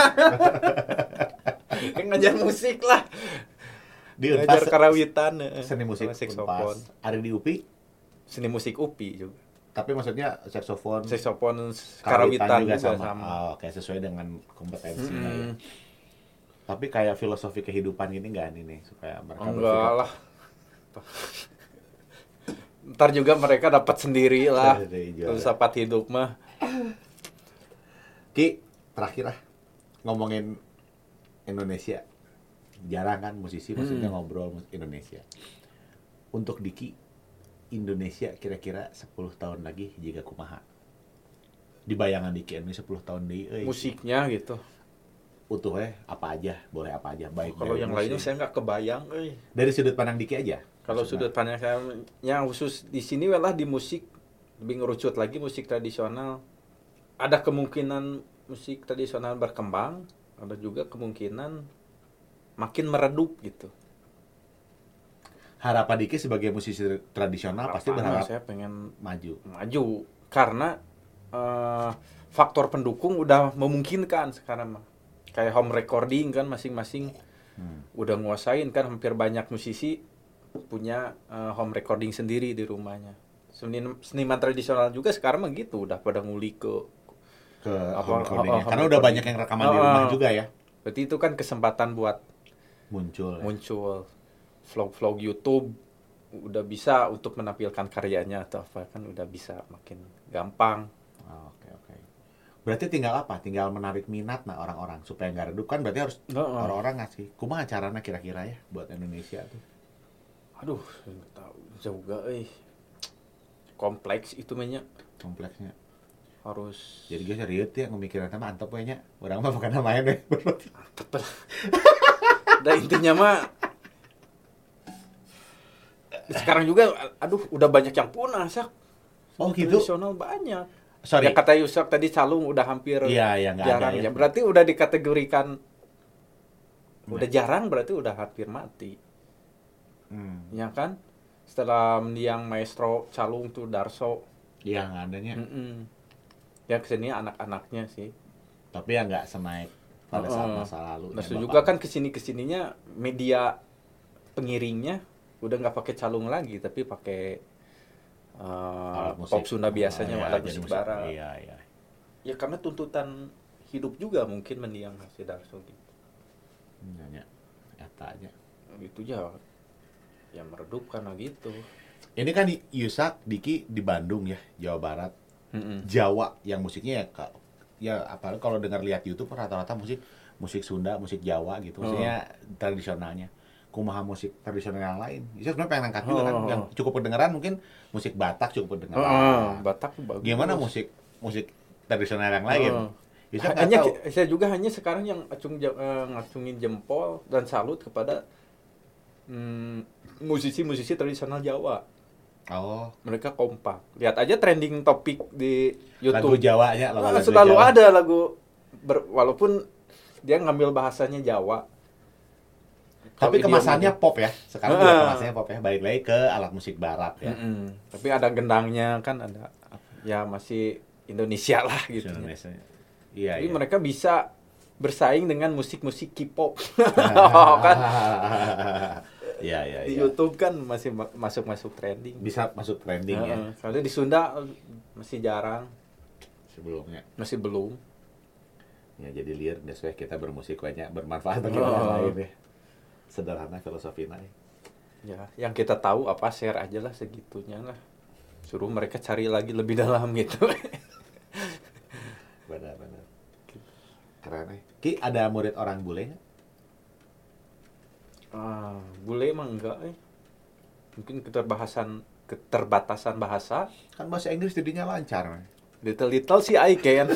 Kan ngajar musik lah. Di Ngajar Unpas karawitan, eh, seni musik sama saksofon. Unpas. Ada di U P I, Seni musik U P I juga. tapi maksudnya saksofon, Saksofon karawitan juga, sama. Oh, kayak sesuai dengan kompetensinya ya. Mm-mm. Tapi kayak filosofi kehidupan gini enggak nih nih supaya mereka Enggak berpikir- lah. Ntar juga mereka dapat sendiri lah. Dari juara. Filsafat hidup mah. Ki, terakhir lah ngomongin Indonesia. Jarang kan musisi maksudnya Hmm. ngobrol mus- Indonesia. Untuk Diki, Indonesia kira-kira sepuluh tahun lagi jika kumaha. Di bayangan Diki ini sepuluh tahun di euy. Musiknya gitu. Utuh eh apa aja, boleh apa aja, baik Kalau dari yang musik. lainnya saya nggak kebayang, euy. Dari sudut pandang Diki aja. Kalau Maksudnya, sudut pandang saya yang khusus di sini lah di musik lebih ngerucut lagi musik tradisional. Ada kemungkinan musik tradisional berkembang, ada juga kemungkinan makin meredup gitu. harapan Diki sebagai musisi tradisional pasti Harapannya berharap saya pengen maju. maju karena eh, faktor pendukung udah memungkinkan sekarang mah. Kayak home recording kan masing-masing Hmm. udah nguasain kan, hampir banyak musisi punya eh, home recording sendiri di rumahnya. Seniman, seniman tradisional juga sekarang mah gitu, udah pada ngulik ke Ke Apa- home recordingnya. oh, oh, Karena home udah recording. banyak yang rekaman di Oh, rumah oh. juga ya. berarti itu kan kesempatan buat Muncul. ya. muncul vlog-vlog YouTube udah bisa untuk menampilkan karyanya atau apa kan udah bisa makin gampang. Oh, Oke oke. Berarti tinggal apa? Tinggal menarik minat nah orang-orang supaya nggak redup kan berarti harus Oh, oh. orang-orang ngasih. Kumaha caranya kira-kira ya buat Indonesia tuh? Aduh, saya nggak tahu juga, eh kompleks itu mainnya Kompleksnya. harus Jadi guys riet ya ngemikirin sama antep we nya. Urang mah bukan main deh. tetep. Dan intinya mah sekarang juga, aduh, udah banyak yang punah, Sak. Oh gitu. Tradisional banyak. Sorry. Ya kata Yusak tadi calung udah hampir Iya, ya nggak ada jarang ya. ya. Berarti udah dikategorikan udah jarang, berarti udah hampir mati. Hmm. Ya kan? Setelah mendiang maestro calung tuh Darso. Iya nggak adanya. Mm-mm. Ya kesini anak-anaknya sih. Tapi ya nggak senaik pada saat Heeh. masa lalu. Nah, ya, juga Bapak. kan kesini kesininya media pengiringnya udah nggak pakai calung lagi, tapi pakai uh, Alat musik. pop Sunda biasanya, Oh, iya, alat jadi musik barat. Iya iya. Ya karena tuntutan hidup juga mungkin mendiang si Darso gitu. Nanya. Nyata aja. Gitu ya. Ya meredup karena gitu. Ini kan di- Yusak Diki di Bandung ya, Jawa Barat. Mm-mm. Jawa yang musiknya ya Kak, ya apalagi kalau dengar lihat YouTube rata-rata musik musik Sunda, musik Jawa gitu, maksudnya tradisionalnya. Kumaha musik tradisional yang lain. Saya sebenarnya pengen angkat juga kan, Oh. yang cukup kedengeran mungkin musik Batak cukup kedengeran. Ah, Batak tuh bagus. Gimana musik musik tradisional yang lain? Oh. Yusak nggak Hanya tahu. saya juga hanya sekarang yang acung ja- eh, ngacungin jempol dan salut kepada mm, musisi-musisi tradisional Jawa. Oh, Mereka kompak. Lihat aja trending topik di lagu YouTube. Jawanya, Ah, lagu selalu Jawa. ada lagu ber- walaupun dia ngambil bahasanya Jawa. Tapi Kalau kemasannya idiomanya- pop ya. Sekarang juga Ah. kemasannya pop ya. Balik lagi ke alat musik barat ya. Mm-mm. Tapi ada gendangnya kan, ada ya masih Indonesia lah gitu. Indonesia. Iya, Jadi iya. mereka bisa bersaing dengan musik-musik K-pop. kan Iya, iya, di iya. YouTube kan masih ma- masuk-masuk trending. Bisa masuk trending ya Heeh. Kalau di Sunda eh, masih jarang, sebelumnya. masih belum. Ya jadi liar biasanya kita bermusik banyak bermanfaat bagi Oh. orang lain ya. Sederhana filosofi naik. Ya, yang kita tahu apa share aja lah segitunya lah. Suruh mereka cari lagi lebih dalam gitu. Benar-benar. Keren ya. Ki ada murid orang bule nggak? Ah, bule emang enggak eh. Mungkin keterbatasan keterbatasan bahasa. Kan bahasa Inggris jadinya lancar. Little-little sih I can.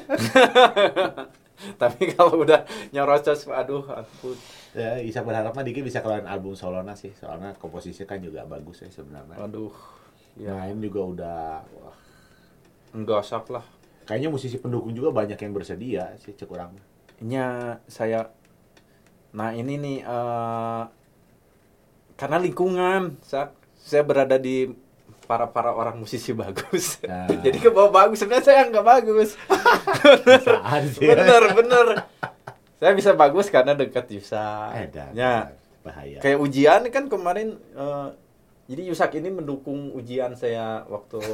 Tapi kalau udah nyorocos, aduh, ampun. Ya, Isa berharap mah Diki bisa keluarin album solona sih, soalnya komposisi kan juga bagus ya sebenarnya. Aduh, ya. Main juga udah, wah. Enggak sak lah. Kayaknya musisi pendukung juga banyak yang bersedia sih, cek urang. Nya saya, nah ini nih, uh, karena lingkungan, sak, saya berada di para para orang musisi bagus. Nah. Jadi ke bawah bagus, sebenarnya saya nggak bagus. bener bener. Saya bisa bagus karena dekat Yusak. Eh, dah, ya. Bahaya. Kayak ujian kan kemarin, uh, jadi Yusak ini mendukung ujian saya waktu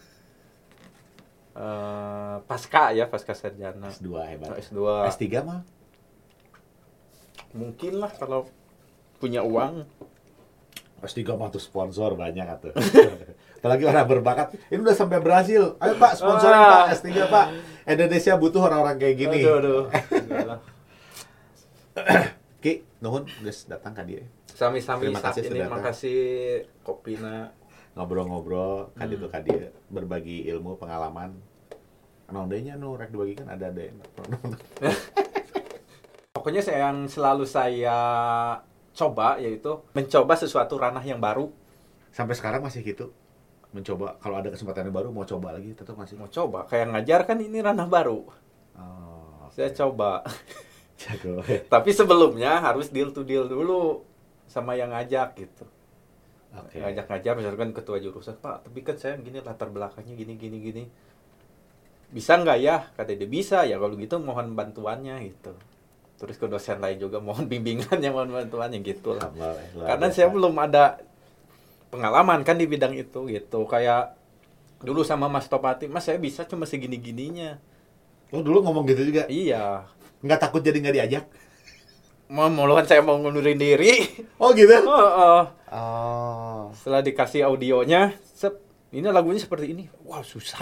uh, pasca ya, pasca sarjana. S dua hebat. S dua. S tiga mah? Mungkin lah kalau punya uang. S tiga mah tuh sponsor banyak atuh. Apalagi orang berbakat. Ini udah sampai Brasil. Ayo Pak, sponsorin ah. Pak S tiga Pak. Indonesia butuh orang-orang kayak gini. Aduh, aduh. Ki, nuhun geus datang ka dieu. Sami-sami Terima kasih ini, sudah makasih kopina. Ngobrol-ngobrol ka ditu Hmm. ka dieu, berbagi ilmu, pengalaman. Naon deui nya nu rek dibagikan ada deh. Pokoknya saya yang selalu saya coba yaitu mencoba sesuatu ranah yang baru. Sampai sekarang masih gitu. Mencoba kalau ada kesempatan yang baru mau coba lagi tetap masih Mau coba kayak ngajar kan ini ranah baru. Oh, Saya okay. coba. Jago. Tapi sebelumnya harus deal to deal dulu sama yang ngajak gitu. Oke. Ngajak ngajar misalkan ketua jurusan, Pak, tapi kan saya gini latar belakangnya gini gini gini. Bisa nggak ya? Kata dia bisa ya, kalau gitu mohon bantuannya gitu. Terus ke dosen lain juga mohon bimbingannya, mohon bantuannya gitu lah. Karena saya belum ada pengalaman kan di bidang itu gitu. Kayak dulu sama Mas Topati, Mas saya bisa cuma segini-gininya. Oh dulu ngomong gitu juga? Iya. Nggak takut jadi nggak diajak? Mau muluhan saya mau ngundurin diri. Oh gitu? Oh, oh. Oh. Setelah dikasih audionya, sep, ini lagunya seperti ini. Wah susah.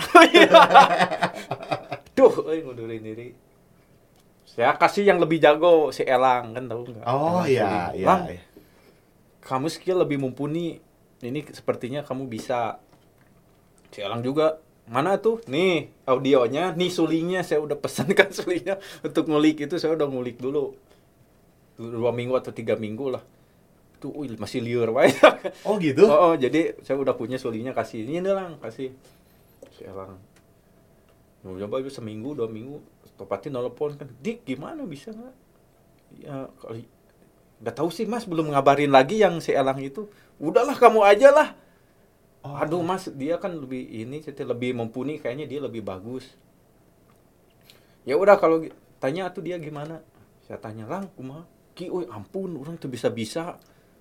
Duh, eh, ngundurin diri. Saya kasih yang lebih jago, si Elang kan tahu nggak? Oh iya, iya. Lang, kamu skill lebih mumpuni. Ini sepertinya kamu bisa. Si Elang juga, mana tuh? Nih audionya, nih sulingnya saya udah pesankan sulingnya untuk ngulik itu saya udah ngulik dulu. Dua minggu atau tiga minggu lah. Tuh uy, masih liur wae. Oh gitu? Oh, oh, jadi saya udah punya sulingnya, kasih ini Lang, kasih. Si Elang. Coba itu seminggu, dua minggu. Topati nelpon kan, Dik gimana bisa nggak? Ya kali nggak tahu sih Mas, belum ngabarin lagi yang si Elang itu. Udahlah kamu aja lah. Oh. Aduh Mas, dia kan lebih ini, lebih mumpuni, kayaknya dia lebih bagus. Ya udah kalau tanya tuh dia gimana? Saya tanya Lang, kumaha? Ki, oi ampun, orang tuh bisa-bisa.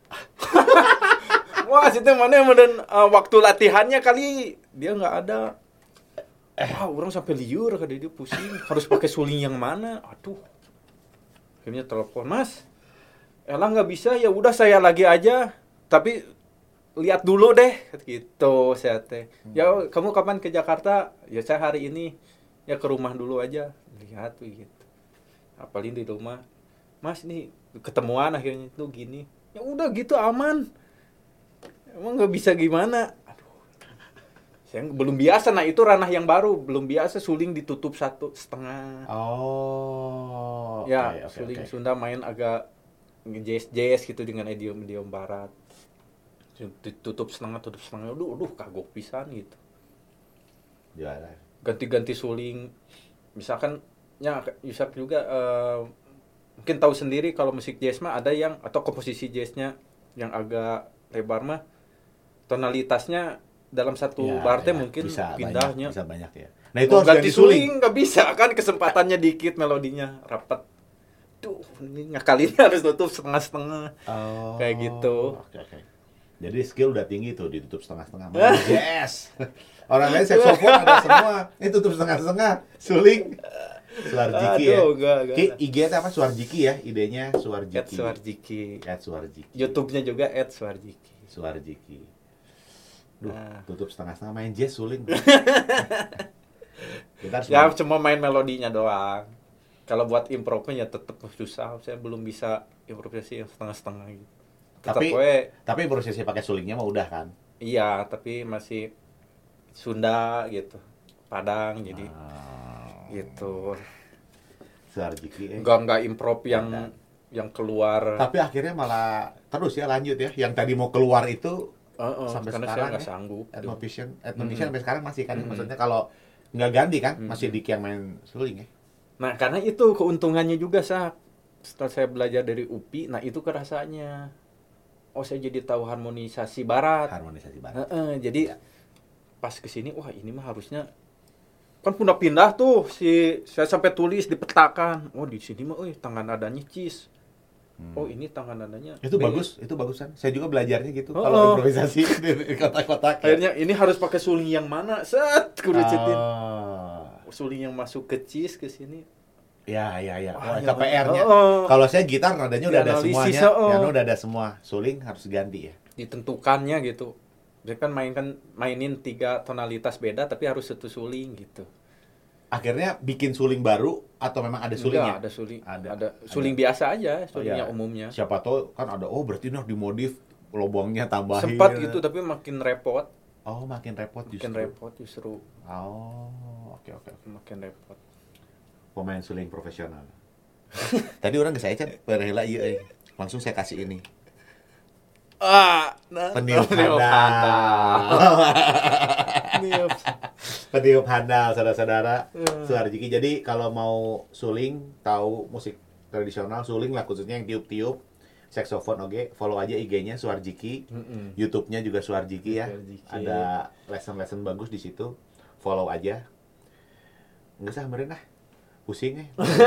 Wah, situ mana dan uh, waktu latihannya kali dia nggak ada. Wah, orang sampai liur, kada dia pusing. Harus pakai suling yang mana? Aduh. Akhirnya telepon, Mas. Elang nggak bisa, ya udah saya lagi aja. Tapi lihat dulu deh, gitu saya teh. Ya kamu kapan ke Jakarta? Ya saya hari ini. Ya ke rumah dulu aja. Lihat tuh gitu. Apalagi di rumah. Mas nih ketemuan akhirnya tuh gini. Ya udah gitu aman. Emang nggak bisa gimana? Saya belum biasa, nah itu ranah yang baru, belum biasa suling ditutup satu setengah. Oh. Ya, okay, okay, suling okay. Sunda main agak jazz-jazz gitu dengan idiom-idiom barat. Ditutup setengah, tutup setengah. Aduh, aduh kagok pisan gitu. Juara. Ganti-ganti suling. Misalkan, ya Yusak juga uh, mungkin tahu sendiri kalau musik jazz mah ada yang, atau komposisi jazznya yang agak lebar mah, tonalitasnya dalam satu ya, bar teh ya, mungkin bisa pindahnya banyak, bisa banyak ya. Nah itu oh, harus ganti suling nggak bisa kan, kesempatannya dikit, melodinya rapat. Tuh ini ngakalinnya harus tutup setengah-setengah. Oh, kayak gitu. Oke, oke. Jadi skill udah tinggi tuh ditutup setengah-setengah. Yes. Orang lain saksofon ada semua, ini tutup setengah-setengah. Suling. Suarjiki ya. Enggak, enggak. Ki, I G itu apa? Suarjiki ya, idenya Suarjiki. Ed Suarjiki. Ed Suarjiki. YouTube-nya juga Ed Suarjiki. Suarjiki. Duh, nah. Tutup setengah-setengah main jazz suling. Kita ya main. Cuma main melodinya doang. Kalau buat improve-nya ya tetap susah. Saya belum bisa improvisasi yang setengah-setengah gitu. tetap Tapi we, tapi prosesi pakai sulingnya mah udah kan. iya, tapi masih Sunda gitu. Padang jadi Ah, gitu. Suarjiki. Eh. Enggak enggak improv yang Beda. yang keluar. Tapi akhirnya malah terus ya lanjut ya. Yang tadi mau keluar itu Heeh, sampai karena saya sekarang nggak ya, sanggup. Ethnovision, Mm-hmm. Ethnovision sampai sekarang masih kan. Mm-mm. Maksudnya kalau nggak ganti kan, Mm-mm. masih Diki yang main suling ya. Nah, karena itu keuntungannya juga, Sak. Setelah saya belajar dari U P I, nah itu kerasanya. Oh, saya jadi tahu harmonisasi barat. Harmonisasi barat. Heeh, jadi pas kesini, wah ini mah harusnya kan pindah-pindah tuh si saya sampai tulis dipetakan. Oh, di sini mah, oh tangan nadanya cis. Hmm. Oh, ini tangan nadanya Itu B. bagus, itu bagusan. Saya juga belajarnya gitu. Oh, Kalau oh. improvisasi di kotak-kotak. ya. Akhirnya ini harus pakai suling yang mana? Set, kurucitin. Oh. Suling yang masuk ke cis ke sini. Ya, ya, ya. Wah, Oh, iya, K P R-nya. oh, oh. Kalau saya gitar nadanya udah ada Dianalisis, semuanya. oh. Piano udah ada semua. Suling harus ganti ya. Ditentukannya gitu. Dia kan mainkan mainin tiga tonalitas beda tapi harus satu suling gitu. Akhirnya bikin suling baru atau memang ada sulingnya? Enggak, ada suling. Ada. Ada, suling biasa aja, Oh, suling iya. yang umumnya. Siapa tahu kan ada, oh berarti ini harus dimodif lubangnya tambahin. Sempat gitu tapi makin repot, Oh, makin repot justru. makin repot justru Oh, oke oke oke. makin repot. Pemain suling profesional. Tadi orang nggak saya can, berhela iya, eh. Langsung saya kasih ini. Ah, nah, Peniup peniup handal. Peniup. Peniup handal, saudara-saudara. Ya. Suarjiki. Jadi kalau mau suling, tahu musik tradisional suling lah khususnya yang tiup-tiup, saksofon oke, follow aja I G-nya Suarjiki. Mm-mm. YouTube-nya juga Suarjiki ya. Suarjiki. Ada lesson-lesson bagus di situ. Follow aja. Enggak usah meureun ah. Pusing eh.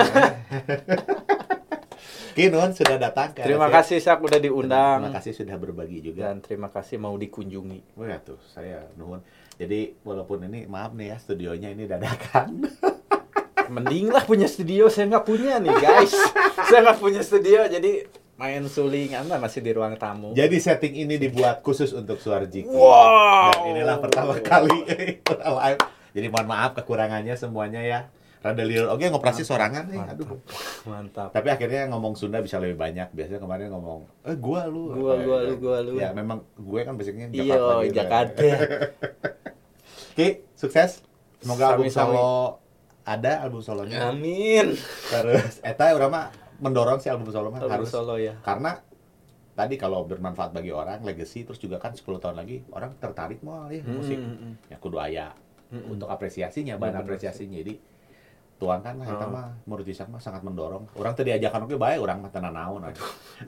Kinun sudah datang ke Terima R S C. kasih Sak udah diundang Terima kasih sudah berbagi juga. dan terima kasih mau dikunjungi. Oh ya tuh, saya nuhun. Jadi walaupun ini maaf nih ya studionya ini dadakan. Mending lah punya studio, saya nggak punya nih guys. Saya nggak punya studio jadi main suling anda masih di ruang tamu. Jadi setting ini dibuat khusus untuk Suarjiki. Wow. Dan inilah pertama kali live. Jadi mohon maaf kekurangannya semuanya ya. Rada liur oke ngoperasi sorangan nih. Aduh. Mantap. Tapi akhirnya ngomong Sunda bisa lebih banyak. Biasanya kemarin ngomong, "Eh gua lu." Gua, Eh, gua, eh, lu, gua, lu. Ya memang gue kan basicnya Iya, Jakarta. gitu. Jakarta. Ki, sukses. Semoga album Sami-sami. solo ada album solonya. Amin. Terus eta urang mah mendorong si album solo mah Album harus solo ya. karena tadi kalau bermanfaat bagi orang legacy terus juga kan sepuluh tahun lagi orang tertarik mau ya musik Mm-mm. ya kudu aya Mm-mm. untuk apresiasinya Ya, bahan bener apresiasinya jadi tuangkan lah eta Oh. mah menurut Isak mah sangat mendorong orang tadi ajakan oke bae orang mah tenan naon aduh.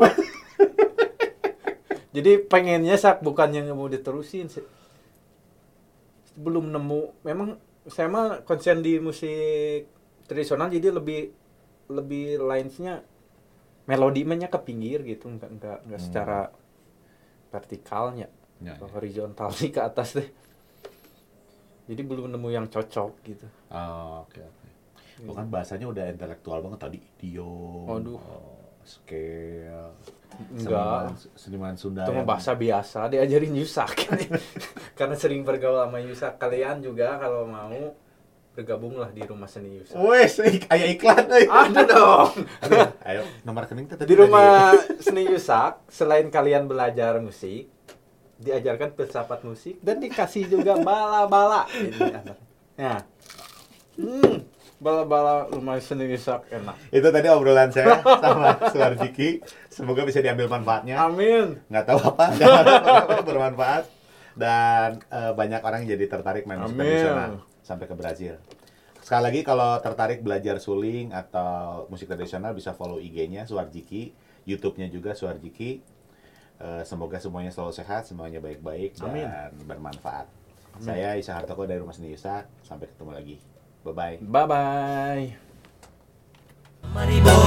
Jadi pengennya Sak bukannya nggak mau diterusin sih. Belum nemu. Memang saya mah konsen di musik tradisional jadi lebih lebih lines-nya melodinya ke pinggir gitu, enggak enggak enggak Hmm. secara vertikalnya, Ya, ya. horizontal sih ke atas deh. Jadi belum nemu yang cocok gitu. Oh, oke oke. Bukan bahasanya udah intelektual banget tadi idiom. Waduh. oh, scale. Enggak. Seniman, seniman Sunda. Itu mah yang- bahasa biasa diajarin Yusak. Karena sering bergaul sama Yusak. Kalian juga kalau mau bergabunglah di Rumah Seni Yusak. Wes, ik- aya iklan euy. Ada dong. Aduh, ayo nomor rekening teh tadi Di Rumah Seni Yusak, selain kalian belajar musik, diajarkan filsafat musik dan dikasih juga bala-bala. Ini apa? Ya. Hmm, bala-bala Rumah Seni Yusak enak. Itu tadi obrolan saya sama Suarjiki. Semoga bisa diambil manfaatnya. Amin. Nggak tahu apa, jangan apa bermanfaat. Dan eh, banyak orang jadi tertarik main musik Amin. tradisional sampai ke Brazil. Sekali lagi kalau tertarik belajar suling atau musik tradisional bisa follow I G-nya Suarjiki, YouTube-nya juga Suarjiki. Eh, semoga semuanya selalu sehat, semuanya baik-baik Amin. dan bermanfaat. Saya Isa Hartoko dari Rumah Seni Yusak. Sampai ketemu lagi. Bye-bye. Bye-bye. Maribo